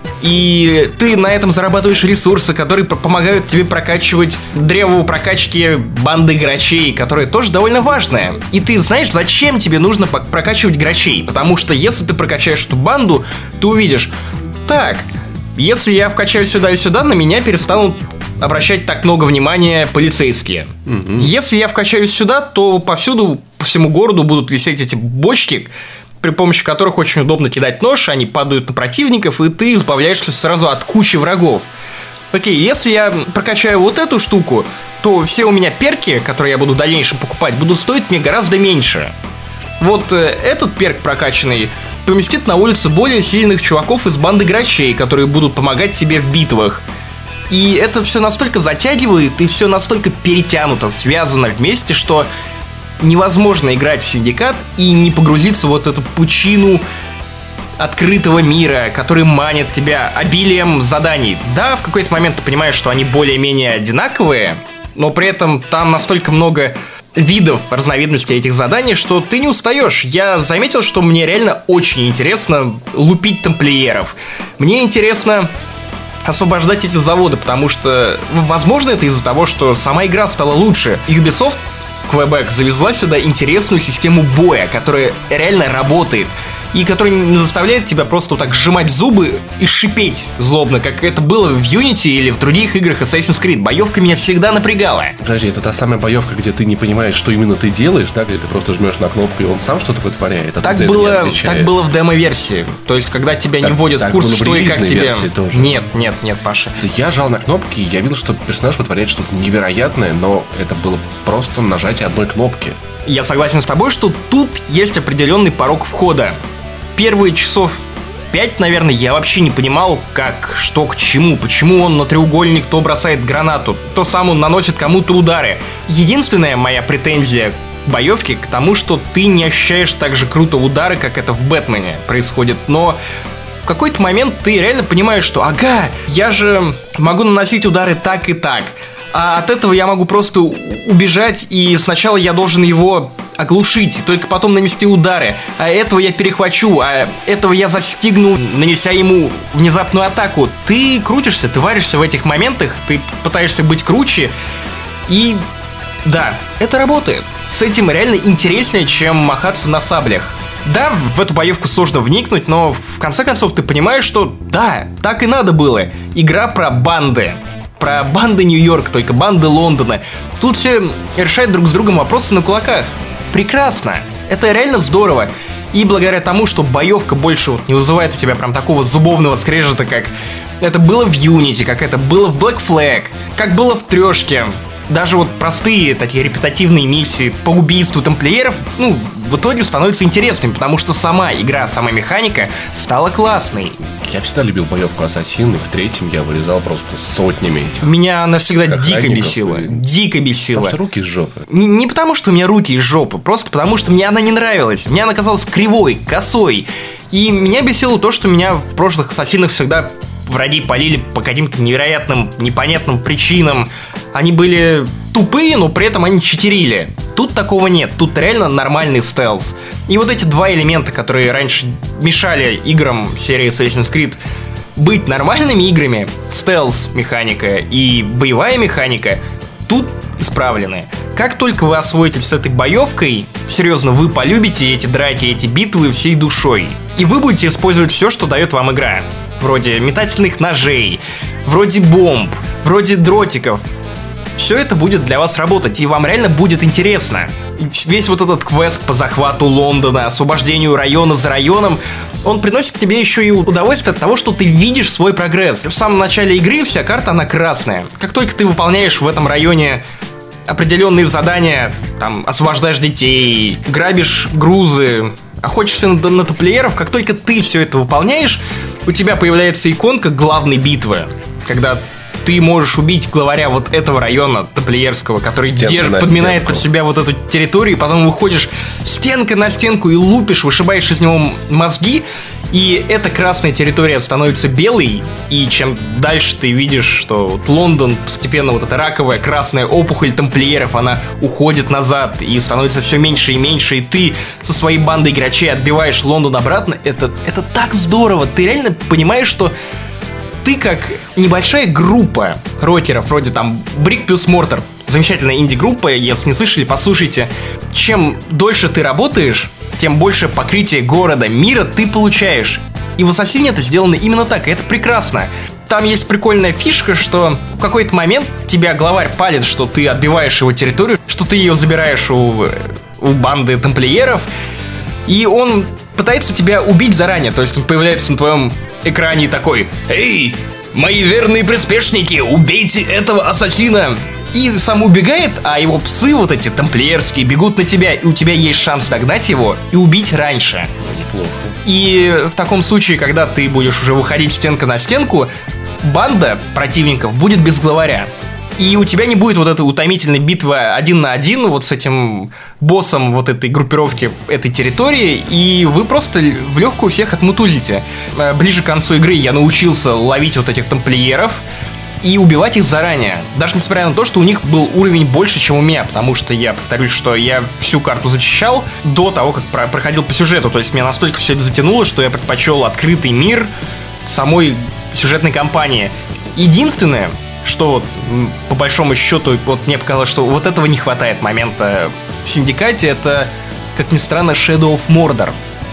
И ты на этом зарабатываешь ресурсы, которые помогают тебе прокачивать древо прокачки банды грачей, которое тоже довольно важное. И ты знаешь, зачем тебе нужно прокачивать грачей? Потому что если ты прокачаешь эту банду, ты увидишь: так, если я вкачаю сюда и сюда, на меня перестанут обращать так много внимания полицейские. Mm-hmm. Если я вкачаю сюда, то повсюду, по всему городу будут висеть эти бочки, при помощи которых очень удобно кидать нож, они падают на противников, и ты избавляешься сразу от кучи врагов. Окей, если я прокачаю вот эту штуку, то все у меня перки, которые я буду в дальнейшем покупать, будут стоить мне гораздо меньше. Вот э, этот перк прокачанный поместит на улице более сильных чуваков из банды грачей, которые будут помогать тебе в битвах. И это все настолько затягивает, и все настолько перетянуто, связано вместе, что невозможно играть в Синдикат и не погрузиться в вот эту пучину открытого мира, который манит тебя обилием заданий. Да, в какой-то момент ты понимаешь, что они более-менее одинаковые, но при этом там настолько много видов, разновидностей этих заданий, что ты не устаешь. Я заметил, что мне реально очень интересно лупить тамплиеров. Мне интересно освобождать эти заводы, потому что, возможно, это из-за того, что сама игра стала лучше. Ubisoft Quebec завезла сюда интересную систему боя, которая реально работает. и который не заставляет тебя просто вот так сжимать зубы и шипеть злобно, как это было в Unity или в других играх Assassin's Creed. Боевка меня всегда напрягала. Подожди, это та самая боевка, где ты не понимаешь, что именно ты делаешь, да, где ты просто жмешь на кнопку, и он сам что-то вытворяет. Так было, так было в демо-версии. То есть, когда тебя так, не вводят в курс, что и как тебе... Тоже. Нет, нет, нет, Паша. Я жал на кнопки, и я видел, что персонаж вытворяет что-то невероятное, но это было просто нажатие одной кнопки. Я согласен с тобой, что тут есть определенный порог входа. Первые часов пять, наверное, я вообще не понимал, как, что к чему, почему он на треугольник то бросает гранату, то сам он наносит кому-то удары. Единственная моя претензия к боевке к тому, что ты не ощущаешь так же круто удары, как это в Бэтмене происходит, но в какой-то момент ты реально понимаешь, что ага, я же могу наносить удары так и так. А от этого я могу просто убежать, и сначала я должен его оглушить, только потом нанести удары. А этого я перехвачу, а этого я застигну, нанеся ему внезапную атаку. Ты крутишься, ты варишься в этих моментах, ты пытаешься быть круче, и да, это работает. С этим реально интереснее, чем махаться на саблях. Да, в эту боевку сложно вникнуть, но в конце концов ты понимаешь, что да, так и надо было. Игра про банды. Про банды Нью-Йорка, только банды Лондона. Тут все решают друг с другом вопросы на кулаках. Прекрасно. Это реально здорово. И благодаря тому, что боевка больше вот не вызывает у тебя прям такого зубовного скрежета, как это было в Unity, как это было в Black Flag, как было в Трешке. Даже вот простые такие репетативные миссии по убийству тамплиеров, ну, в итоге становятся интересными, потому что сама игра, сама механика стала классной. Я всегда любил боевку Ассасин, и в третьем я вырезал просто сотнями этих. Меня она всегда дико бесила. И... Дико бесила. Потому что руки из жопы. Не, не потому, что у меня руки из жопы, просто потому, что мне она не нравилась. Мне она казалась кривой, косой. И меня бесило то, что меня в прошлых Ассасинах всегда враги палили по каким-то невероятным, непонятным причинам. Они были тупые, но при этом они читерили. Тут такого нет, тут реально нормальный стелс. И вот эти два элемента, которые раньше мешали играм серии Assassin's Creed быть нормальными играми, стелс-механика и боевая механика, тут исправлены. Как только вы освоитесь с этой боевкой, серьезно, вы полюбите эти драки, эти битвы всей душой. И вы будете использовать все, что дает вам игра. Вроде метательных ножей, вроде бомб, вроде дротиков. Все это будет для вас работать, и вам реально будет интересно. Весь вот этот квест по захвату Лондона, освобождению района за районом, он приносит тебе еще и удовольствие от того, что ты видишь свой прогресс. В самом начале игры вся карта, она красная. Как только ты выполняешь в этом районе определенные задания, там, освобождаешь детей, грабишь грузы, охотишься на, на тамплиеров, как только ты все это выполняешь, у тебя появляется иконка главной битвы, когда ты можешь убить главаря вот этого района тамплиерского, который держит, подминает стенку под себя вот эту территорию, и потом выходишь стенка на стенку и лупишь, вышибаешь из него мозги, и эта красная территория становится белой, и чем дальше ты видишь, что вот Лондон постепенно, вот эта раковая красная опухоль тамплиеров, она уходит назад и становится все меньше и меньше, и ты со своей бандой игрочей отбиваешь Лондон обратно, это, это так здорово, ты реально понимаешь, что ты как небольшая группа рокеров, вроде там Brick плюс Mortar, замечательная инди-группа, если не слышали, послушайте. Чем дольше ты работаешь, тем больше покрытие города, мира ты получаешь. И в Ассасине это сделано именно так, и это прекрасно. Там есть прикольная фишка, что в какой-то момент тебя главарь палит, что ты отбиваешь его территорию, что ты ее забираешь у, у банды тамплиеров, и он пытается тебя убить заранее, то есть он появляется на твоем экране такой: «Эй, мои верные приспешники, убейте этого ассасина!» И сам убегает, а его псы вот эти тамплиерские бегут на тебя, и у тебя есть шанс догнать его и убить раньше. Неплохо. И в таком случае, когда ты будешь уже выходить стенка на стенку, банда противников будет без главаря. И у тебя не будет вот этой утомительной битвы один на один вот с этим боссом вот этой группировки, этой территории, и вы просто в легкую всех отмутузите. Ближе к концу игры я научился ловить вот этих тамплиеров и убивать их заранее. Даже несмотря на то, что у них был уровень больше, чем у меня, потому что я повторюсь, что я всю карту зачищал до того, как про- проходил по сюжету. То есть меня настолько все это затянуло, что я предпочел открытый мир самой сюжетной кампании. Единственное, что вот, по большому счету, вот мне показалось, что вот этого не хватает момента в Синдикате, это, как ни странно, Shadow of Mordor.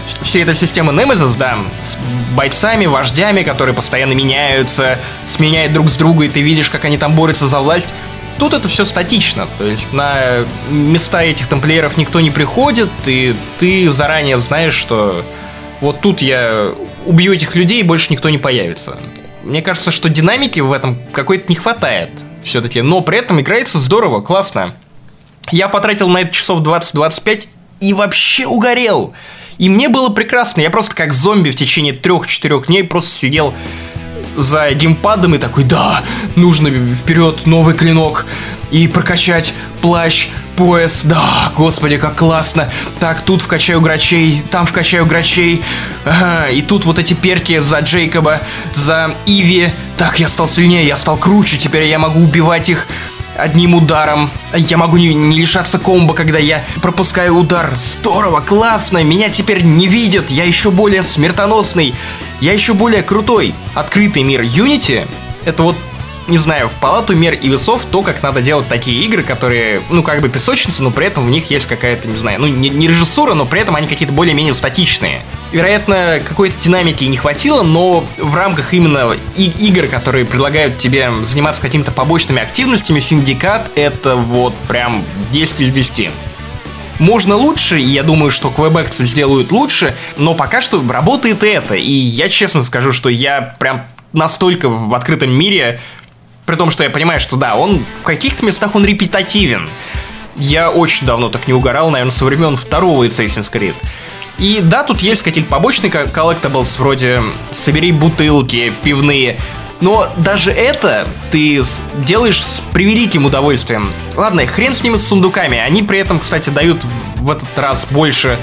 Вся эта система Nemesis, да, с бойцами, вождями, которые постоянно меняются, сменяют друг с друга, и ты видишь, как они там борются за власть. Тут это все статично, то есть на места этих тамплиеров никто не приходит, и ты заранее знаешь, что вот тут я убью этих людей, и больше никто не появится. Мне кажется, что динамики в этом какой-то не хватает все-таки, но при этом играется здорово, классно. Я потратил на это часов двадцать-двадцать пять и вообще угорел. И мне было прекрасно, я просто как зомби в течение трех-четырех дней просто сидел за геймпадом и такой: да, нужно вперед новый клинок и прокачать плащ, пояс, да, господи, как классно. Так, тут вкачаю грачей, там вкачаю грачей, ага, и тут вот эти перки за Джейкоба, за Иви. Так, я стал сильнее, я стал круче, теперь я могу убивать их одним ударом. Я могу не, не лишаться комбо, когда я пропускаю удар. Здорово, классно, меня теперь не видят, я еще более смертоносный, я еще более крутой. Открытый мир Unity — это вот, не знаю, в палату мер и весов то, как надо делать такие игры, которые, ну, как бы песочницы, но при этом в них есть какая-то, не знаю, ну, не, не режиссура, но при этом они какие-то более-менее статичные. Вероятно, какой-то динамики не хватило, но в рамках именно и- игр, которые предлагают тебе заниматься какими-то побочными активностями, Syndicate — это вот прям десять из десяти. Можно лучше, и я думаю, что квебекцы сделают лучше, но пока что работает это, и я честно скажу, что я прям настолько в открытом мире, при том, что я понимаю, что да, он в каких-то местах он репетативен. Я очень давно так не угорал, наверное, со времен второго Assassin's Creed. И да, тут есть какие-то побочные коллектаблс, вроде собери бутылки пивные, но даже это ты делаешь с превеликим удовольствием. Ладно, хрен с ними, с сундуками. Они при этом, кстати, дают в этот раз больше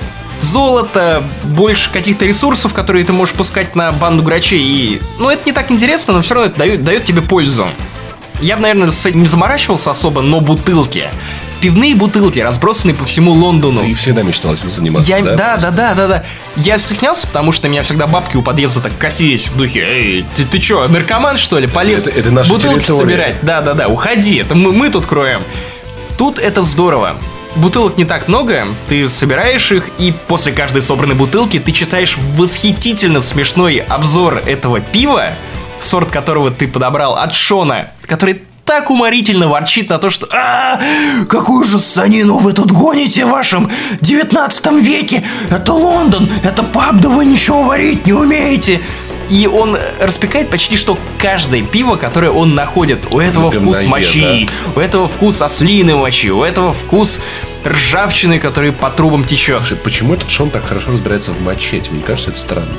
золота, больше каких-то ресурсов, которые ты можешь пускать на банду грачей. И, ну, это не так интересно, но все равно это дает, дает тебе пользу. Я бы, наверное, с этим не заморачивался особо, но бутылки. Пивные бутылки, разбросанные по всему Лондону. Ты всегда мечтал этим заниматься, я, да? Да, да, да, да, да. Я стеснялся, потому что меня всегда бабки у подъезда так косились в духе: эй, ты, ты чё, наркоман, что ли? Полез это, это наша бутылки территория. собирать. Да, да, да, уходи, это мы, мы тут кроем. Тут это здорово. Бутылок не так много, ты собираешь их, и после каждой собранной бутылки ты читаешь восхитительно смешной обзор этого пива, сорт которого ты подобрал от Шона, который так уморительно ворчит на то, что «А, какую же ссанину вы тут гоните в вашем девятнадцатом веке? Это Лондон, это паб, да вы ничего варить не умеете!» И он распекает почти что каждое пиво, которое он находит. У этого Говноед, вкус мочи, да. у этого вкус ослиной мочи, у этого вкус ржавчины, который по трубам течет. Слушай, почему этот Шон так хорошо разбирается в моче? Мне кажется, это странно.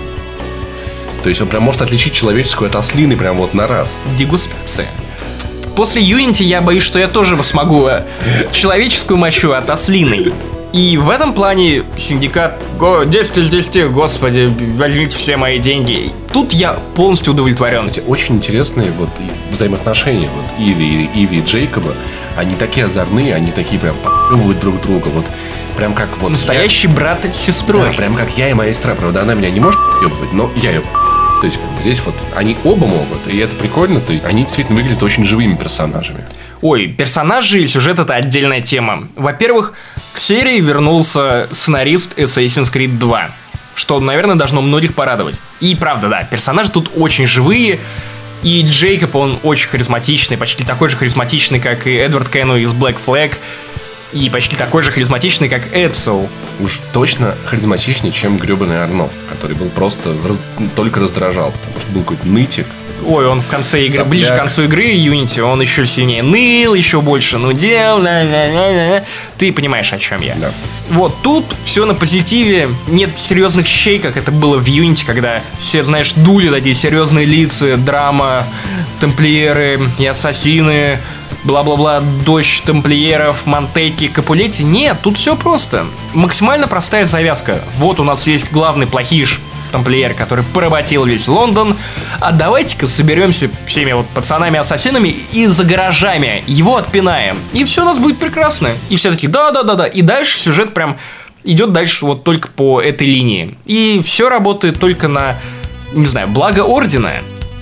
То есть он прям может отличить человеческую от ослины прям вот на раз. Дегустация. После Unity я боюсь, что я тоже смогу человеческую мочу от ослиной. И в этом плане Syndicate го, десять из десяти, господи, возьмите все мои деньги. Тут я полностью удовлетворен. Эти очень интересные вот взаимоотношения вот Иви, Иви и Джейкоба. Они такие озорные, они такие прям по***ывают друг друга. Вот прям как вот настоящий я... брат с сестрой. Да, прям как я и моя сестра. Правда, она меня не может ебывать, но я ее. То есть здесь вот они оба могут, и это прикольно. То есть они действительно выглядят очень живыми персонажами. Ой, персонажи и сюжет — это отдельная тема. Во-первых, к серии вернулся сценарист Assassin's Creed два, что, наверное, должно многих порадовать. И правда, да, персонажи тут очень живые, и Джейкоб, он очень харизматичный, почти такой же харизматичный, как и Эдвард Кенну из Black Flag, и почти такой же харизматичный, как Эдсо. Уж точно харизматичнее, чем гребаный Арно, который был просто раз... только раздражал, потому что был какой-то нытик. Ой, он в конце игры, Сопляк. ближе к концу игры Unity, он еще сильнее ныл, еще больше нудел, ля-ля-ля-ля. Ты понимаешь, о чем я. Да. Вот тут все на позитиве, нет серьезных щей, как это было в Unity, когда все, знаешь, дули такие серьезные лица, драма, тамплиеры и ассасины, бла-бла-бла, дождь тамплиеров, Монтеки, Капулетти. Нет, тут все просто. Максимально простая завязка. Вот у нас есть главный плохиш тамплиер, который поработил весь Лондон, а давайте-ка соберемся всеми вот пацанами-ассасинами и за гаражами его отпинаем. И все у нас будет прекрасно. И все таки да-да-да-да. И дальше сюжет прям идет дальше вот только по этой линии. И все работает только на, не знаю, благо Ордена.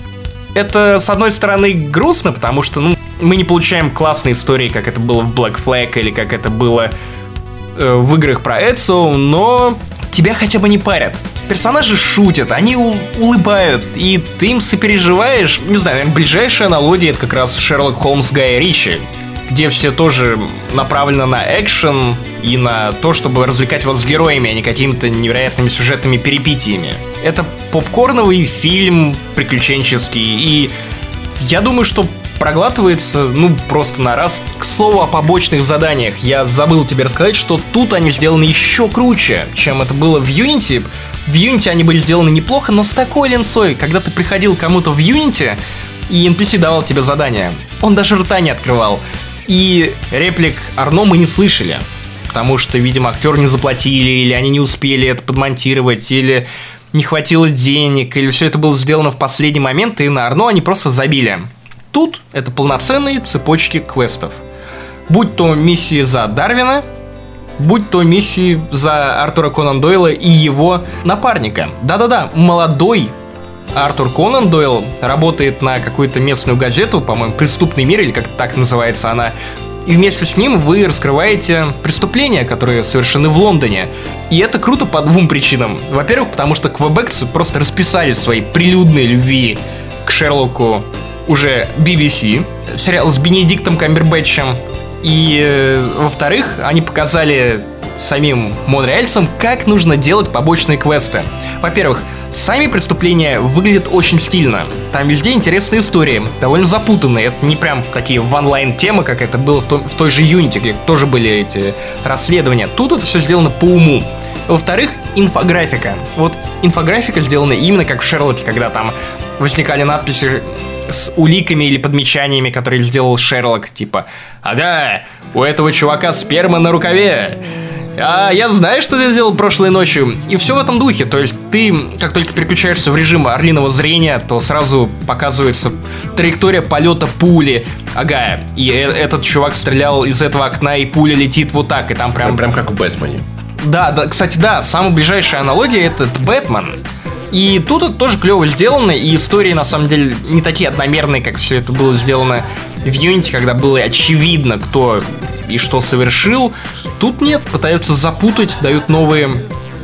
Это, с одной стороны, грустно, потому что, ну, мы не получаем классные истории, как это было в Black Flag или как это было э, в играх про Эдсо, но тебя хотя бы не парят. Персонажи шутят, они у- улыбают, и ты им сопереживаешь. Не знаю, наверное, ближайшая аналогия — это как раз Шерлок Холмс Гая Ричи, где все тоже направлено на экшен и на то, чтобы развлекать вас с героями, а не какими-то невероятными сюжетными перипетиями. Это попкорновый фильм приключенческий, и я думаю, что проглатывается, ну, просто на раз. К слову о побочных заданиях, я забыл тебе рассказать, что тут они сделаны еще круче, чем это было в Unity. В Unity они были сделаны неплохо, но с такой линцой, когда ты приходил к кому-то в Unity, и эн пи си давал тебе задание, он даже рта не открывал. И реплик Арно мы не слышали, потому что, видимо, актеры не заплатили, или они не успели это подмонтировать, или не хватило денег, или все это было сделано в последний момент, и на Арно они просто забили. Тут это полноценные цепочки квестов. Будь то миссии за Дарвина, будь то миссии за Артура Конан Дойла и его напарника. Да-да-да, молодой Артур Конан Дойл работает на какую-то местную газету, по-моему, «Преступный мир», или как так называется она. И вместе с ним вы раскрываете преступления, которые совершены в Лондоне. И это круто по двум причинам. Во-первых, потому что квебекцы просто расписали свои прилюдные любви к Шерлоку уже би би си, сериал с Бенедиктом Камбербэтчем. И, э, во-вторых, они показали самим монреальцам, как нужно делать побочные квесты. Во-первых, сами преступления выглядят очень стильно. Там везде интересные истории, довольно запутанные. Это не прям такие ванлайн темы, как это было в, том, в той же Unity, где тоже были эти расследования. Тут это все сделано по уму. Во-вторых, инфографика. Вот инфографика сделана именно как в Шерлоке, когда там возникали надписи с уликами или подмечаниями, которые сделал Шерлок, типа: «Ага, у этого чувака сперма на рукаве. А я знаю, что ты сделал прошлой ночью». И все в этом духе. То есть ты, как только переключаешься в режим орлиного зрения, то сразу показывается траектория полета пули. Ага, и этот чувак стрелял из этого окна, и пуля летит вот так, и там прям... Прям как в Бэтмене. Да, да, кстати, да, самая ближайшая аналогия — это Бэтмен. И тут это тоже клево сделано, и истории, на самом деле, не такие одномерные, как все это было сделано в Unity, когда было очевидно, кто и что совершил. Тут нет, пытаются запутать, дают новые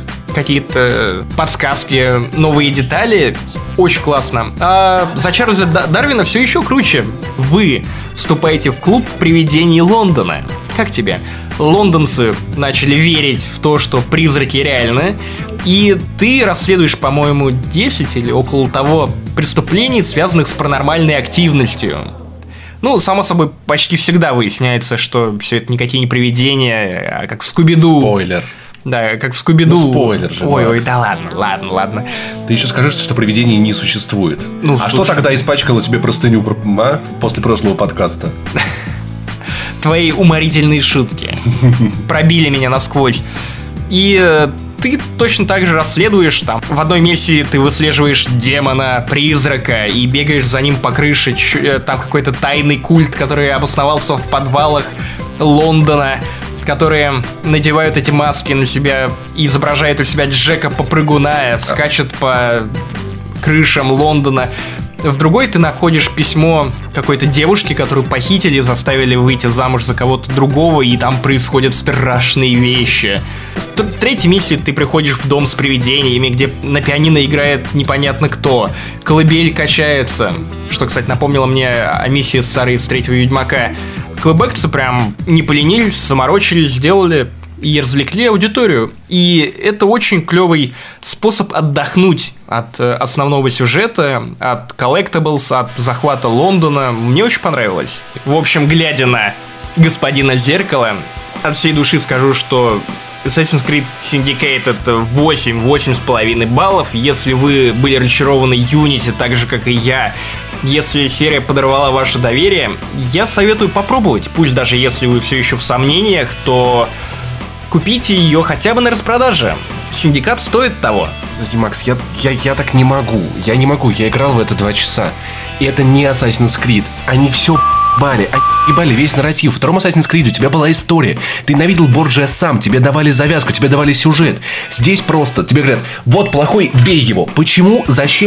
какие-то подсказки, новые детали. Очень классно. А за Чарльза Дарвина все еще круче. Вы вступаете в клуб привидений Лондона. Как тебе? Лондонцы начали верить в то, что призраки реальны, и ты расследуешь, по-моему, десять или около того преступлений, связанных с паранормальной активностью. Ну, само собой, почти всегда выясняется, что все это никакие не привидения, а как в Скуби-Ду. Спойлер. Да, как в Скуби-Ду. Ну, спойлер же, Ой, Макс. ой, да ладно, ладно, ладно. Ты еще скажешь, что привидений не существует. Ну, а слушай. что тогда испачкало тебе простыню а? после прошлого подкаста? Твои уморительные шутки пробили меня насквозь. И э, ты точно так же расследуешь. Там в одной миссии ты выслеживаешь демона, призрака и бегаешь за ним по крыше. Ч- э, там какой-то тайный культ, который обосновался в подвалах Лондона, которые надевают эти маски на себя и изображают у себя Джека Попрыгуна, скачут по крышам Лондона. В другой ты находишь письмо какой-то девушки, которую похитили, заставили выйти замуж за кого-то другого, и там происходят страшные вещи. В третьей миссии ты приходишь в дом с привидениями, где на пианино играет непонятно кто. Колыбель качается, что, кстати, напомнило мне о миссии с Сарой из третьего Ведьмака. Квебекцы прям не поленились, заморочились, сделали и развлекли аудиторию. И это очень клевый способ отдохнуть от э, основного сюжета, от collectibles, от захвата Лондона. Мне очень понравилось. В общем, глядя на господина Зеркало, от всей души скажу, что Assassin's Creed Syndicate — это восемь, восемь с половиной баллов. Если вы были разочарованы Unity так же, как и я, если серия подорвала ваше доверие, я советую попробовать. Пусть даже если вы все еще в сомнениях, то купите ее хотя бы на распродаже. Синдикат стоит того. Подожди, Макс, я, я, я так не могу. Я не могу, я играл в это два часа. И это не Assassin's Creed. Они все ебали, они ебали весь нарратив. В втором Assassin's Creed у тебя была история. Ты ненавидел Борджиа сам, тебе давали завязку, тебе давали сюжет. Здесь просто тебе говорят: вот плохой, бей его. Почему? Зачем?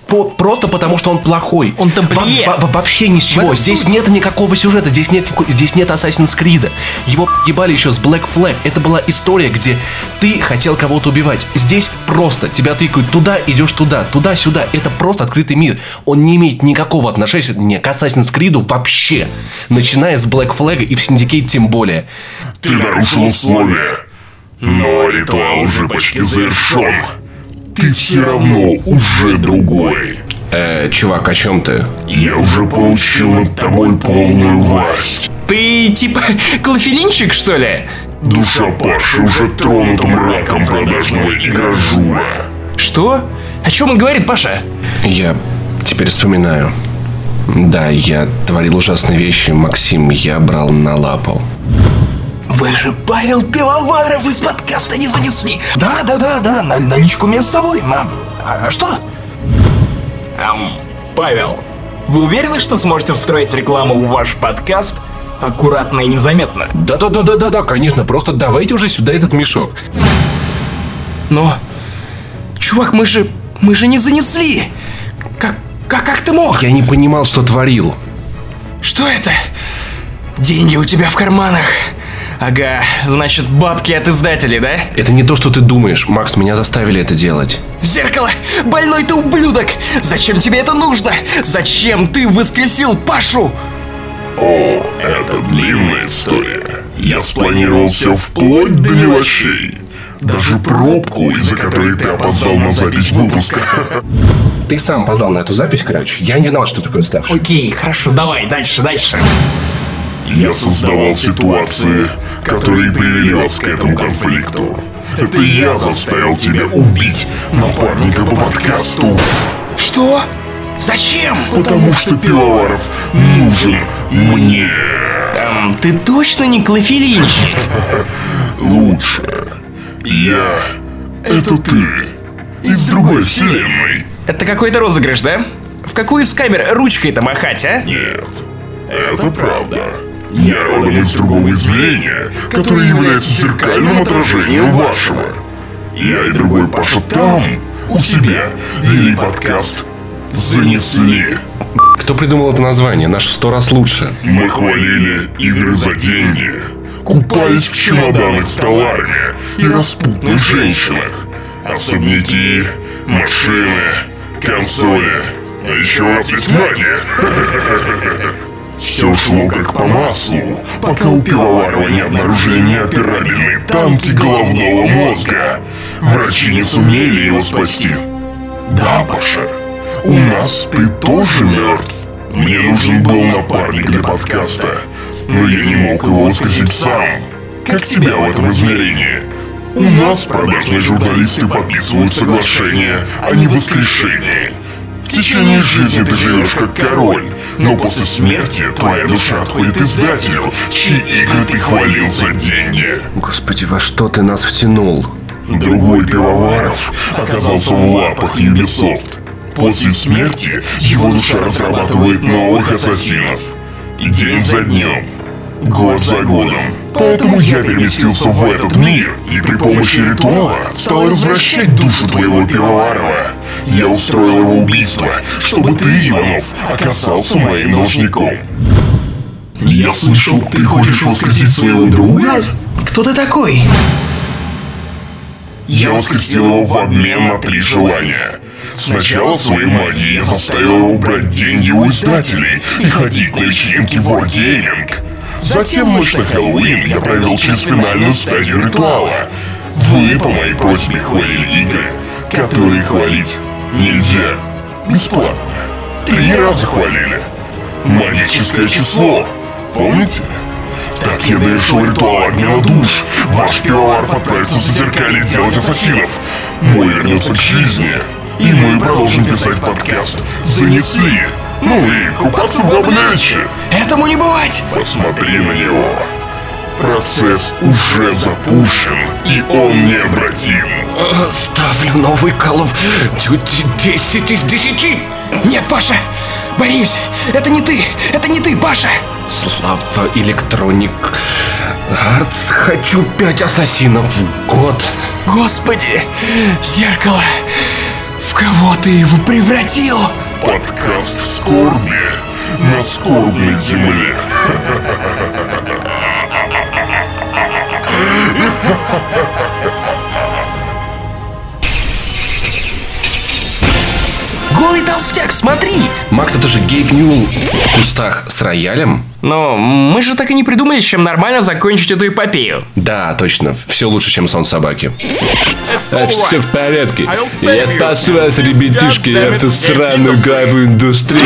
По- просто потому, что он плохой. Он тамплиер. Во- во- вообще ни с чего. этом Здесь суть. нет никакого сюжета, здесь нет, никакой- здесь нет Assassin's Creed. Его ебали еще с Black Flag. Это была история, где ты хотел кого-то убивать. Здесь просто тебя тыкают туда, идешь туда, туда-сюда. Это просто открытый мир. Он не имеет никакого отношения к Assassin's Creed вообще. Начиная с Black Flag и в Syndicate тем более. Ты нарушил условия, но ритуал уже почти завершен. Ты все равно уже другой. Э, чувак, о чем ты? Я уже получил над тобой полную власть. Ты типа клофелинчик, что ли? Душа Паши уже тронута мраком продажного игражура. Что? О чем он говорит, Паша? Я теперь вспоминаю. Да, я творил ужасные вещи, Максим, я брал на лапу. Вы же Павел Пивоваров из подкаста не занесли. Да, да, да, да, на, наличку мне с собой, мам. А что? Эм, Павел, вы уверены, что сможете встроить рекламу в ваш подкаст аккуратно и незаметно? Да-да-да-да-да, конечно, просто давайте уже сюда этот мешок. Но, чувак, мы же, мы же не занесли. Как, как, как ты мог? Я не понимал, что творил. Что это? Деньги у тебя в карманах. Ага, значит, бабки от издателей, да? Это не то, что ты думаешь. Макс, меня заставили это делать. Зеркало! Больной ты ублюдок! Зачем тебе это нужно? Зачем ты воскресил Пашу? О, это длинная история. Я спланировал все вплоть до мелочей. Даже пробку, из-за которой ты опоздал на запись выпуска. Ты сам опоздал на эту запись, короче. Я не знал, что такое уставший. Окей, хорошо, давай, дальше, дальше. Я создавал ситуации, которые привели вас к этому конфликту. Это я заставил тебя убить напарника по подкасту. Что? Зачем? Потому что Пивоваров нужен мне. Эм, ты точно не клофелинчик? Лучше. Я... Это ты. Из другой вселенной. Это какой-то розыгрыш, да? В какую из камер ручкой-то махать, а? Нет. Это правда. Я родом из другого измерения, которое является зеркальным отражением вашего. Я и другой Паша там, у себя, вели подкаст «Занесли». Кто придумал это название? Наш в сто раз лучше. Мы хвалили игры за деньги, купались в чемоданах в Таларме и распутных женщинах. Особняки, машины, консоли. А еще у нас есть магия. Все шло как по маслу, пока у Пивоварова не обнаружили неоперабельные танки головного мозга. Врачи не сумели его спасти. Да, Паша, у нас ты тоже мертв. Мне нужен был напарник для подкаста, но я не мог его воскресить сам, как тебя в этом измерении. У нас продажные журналисты подписывают соглашение о невоскрешении. В течение жизни ты живешь как король, но после смерти твоя душа отходит издателю, чьи игры ты хвалил за деньги. Господи, во что ты нас втянул? Другой Пивоваров оказался в лапах Ubisoft. После смерти его душа разрабатывает новых ассасинов. День за днем, год за годом. Поэтому я переместился в этот мир и при помощи ритуала стал развращать душу твоего Пивоварова. Я устроил его убийство, чтобы ты, Иванов, оказался моим должником. Я слышал, ты хочешь воскресить своего друга? Кто ты такой? Я воскресил его в обмен на три желания. Сначала своей магией я заставил его брать деньги у издателей и ходить на вечеринки в Wargaming. Затем ночь на Хэллоуин я провел через финальную стадию ритуала. Вы по моей просьбе хвалили игры, которые хвалить нельзя. Бесплатно. Три раза хвалили. Магическое число. Помните? Так я довершил ритуал обмена душ. Ваш Пивоваров отправится в зазеркалье делать ассасинов. Мой вернется к жизни. И мы продолжим писать подкаст «Занесли». Ну и купаться в Габлевиче. Этому не бывать! Посмотри на него. Процесс уже запущен, и он необратим. Ставлю новый Call of Duty десять из десяти. Нет, Паша! Борис! Это не ты! Это не ты, Паша! Слава Electronic Arts. Хочу пять ассасинов в год. Господи! Зеркало! В кого ты его превратил? Подкаст скорби на скорбной земле. Голый толстяк, смотри! Макс, это же Гейб Ньюэлл в кустах с роялем? Но мы же так и не придумали, с чем нормально закончить эту эпопею. Да, точно. Все лучше, чем сон собаки. Все в порядке. Я спасу вас, ребятишки, эту сраную главу индустрию.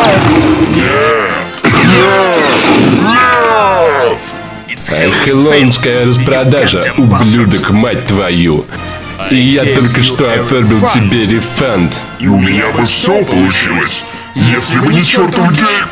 Хэллоуинская распродажа, ублюдок, мать твою. И я только что оформил тебе рефанд. И у меня бы все получилось, если бы не чертов Гейб.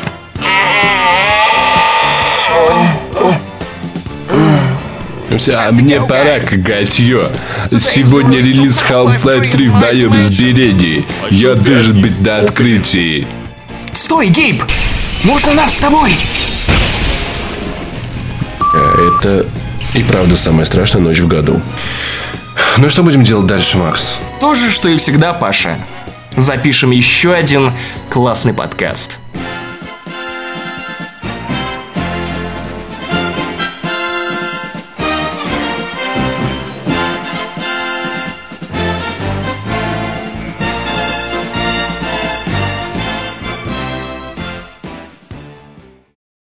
А мне пора, коготье. Сегодня релиз Half-Life три в моем измерении. Я должен быть на открытии. Стой, Гейб! Можно нас с тобой? Это и правда самая страшная ночь в году. Ну и что будем делать дальше, Макс? То же, что и всегда, Паша. Запишем еще один классный подкаст.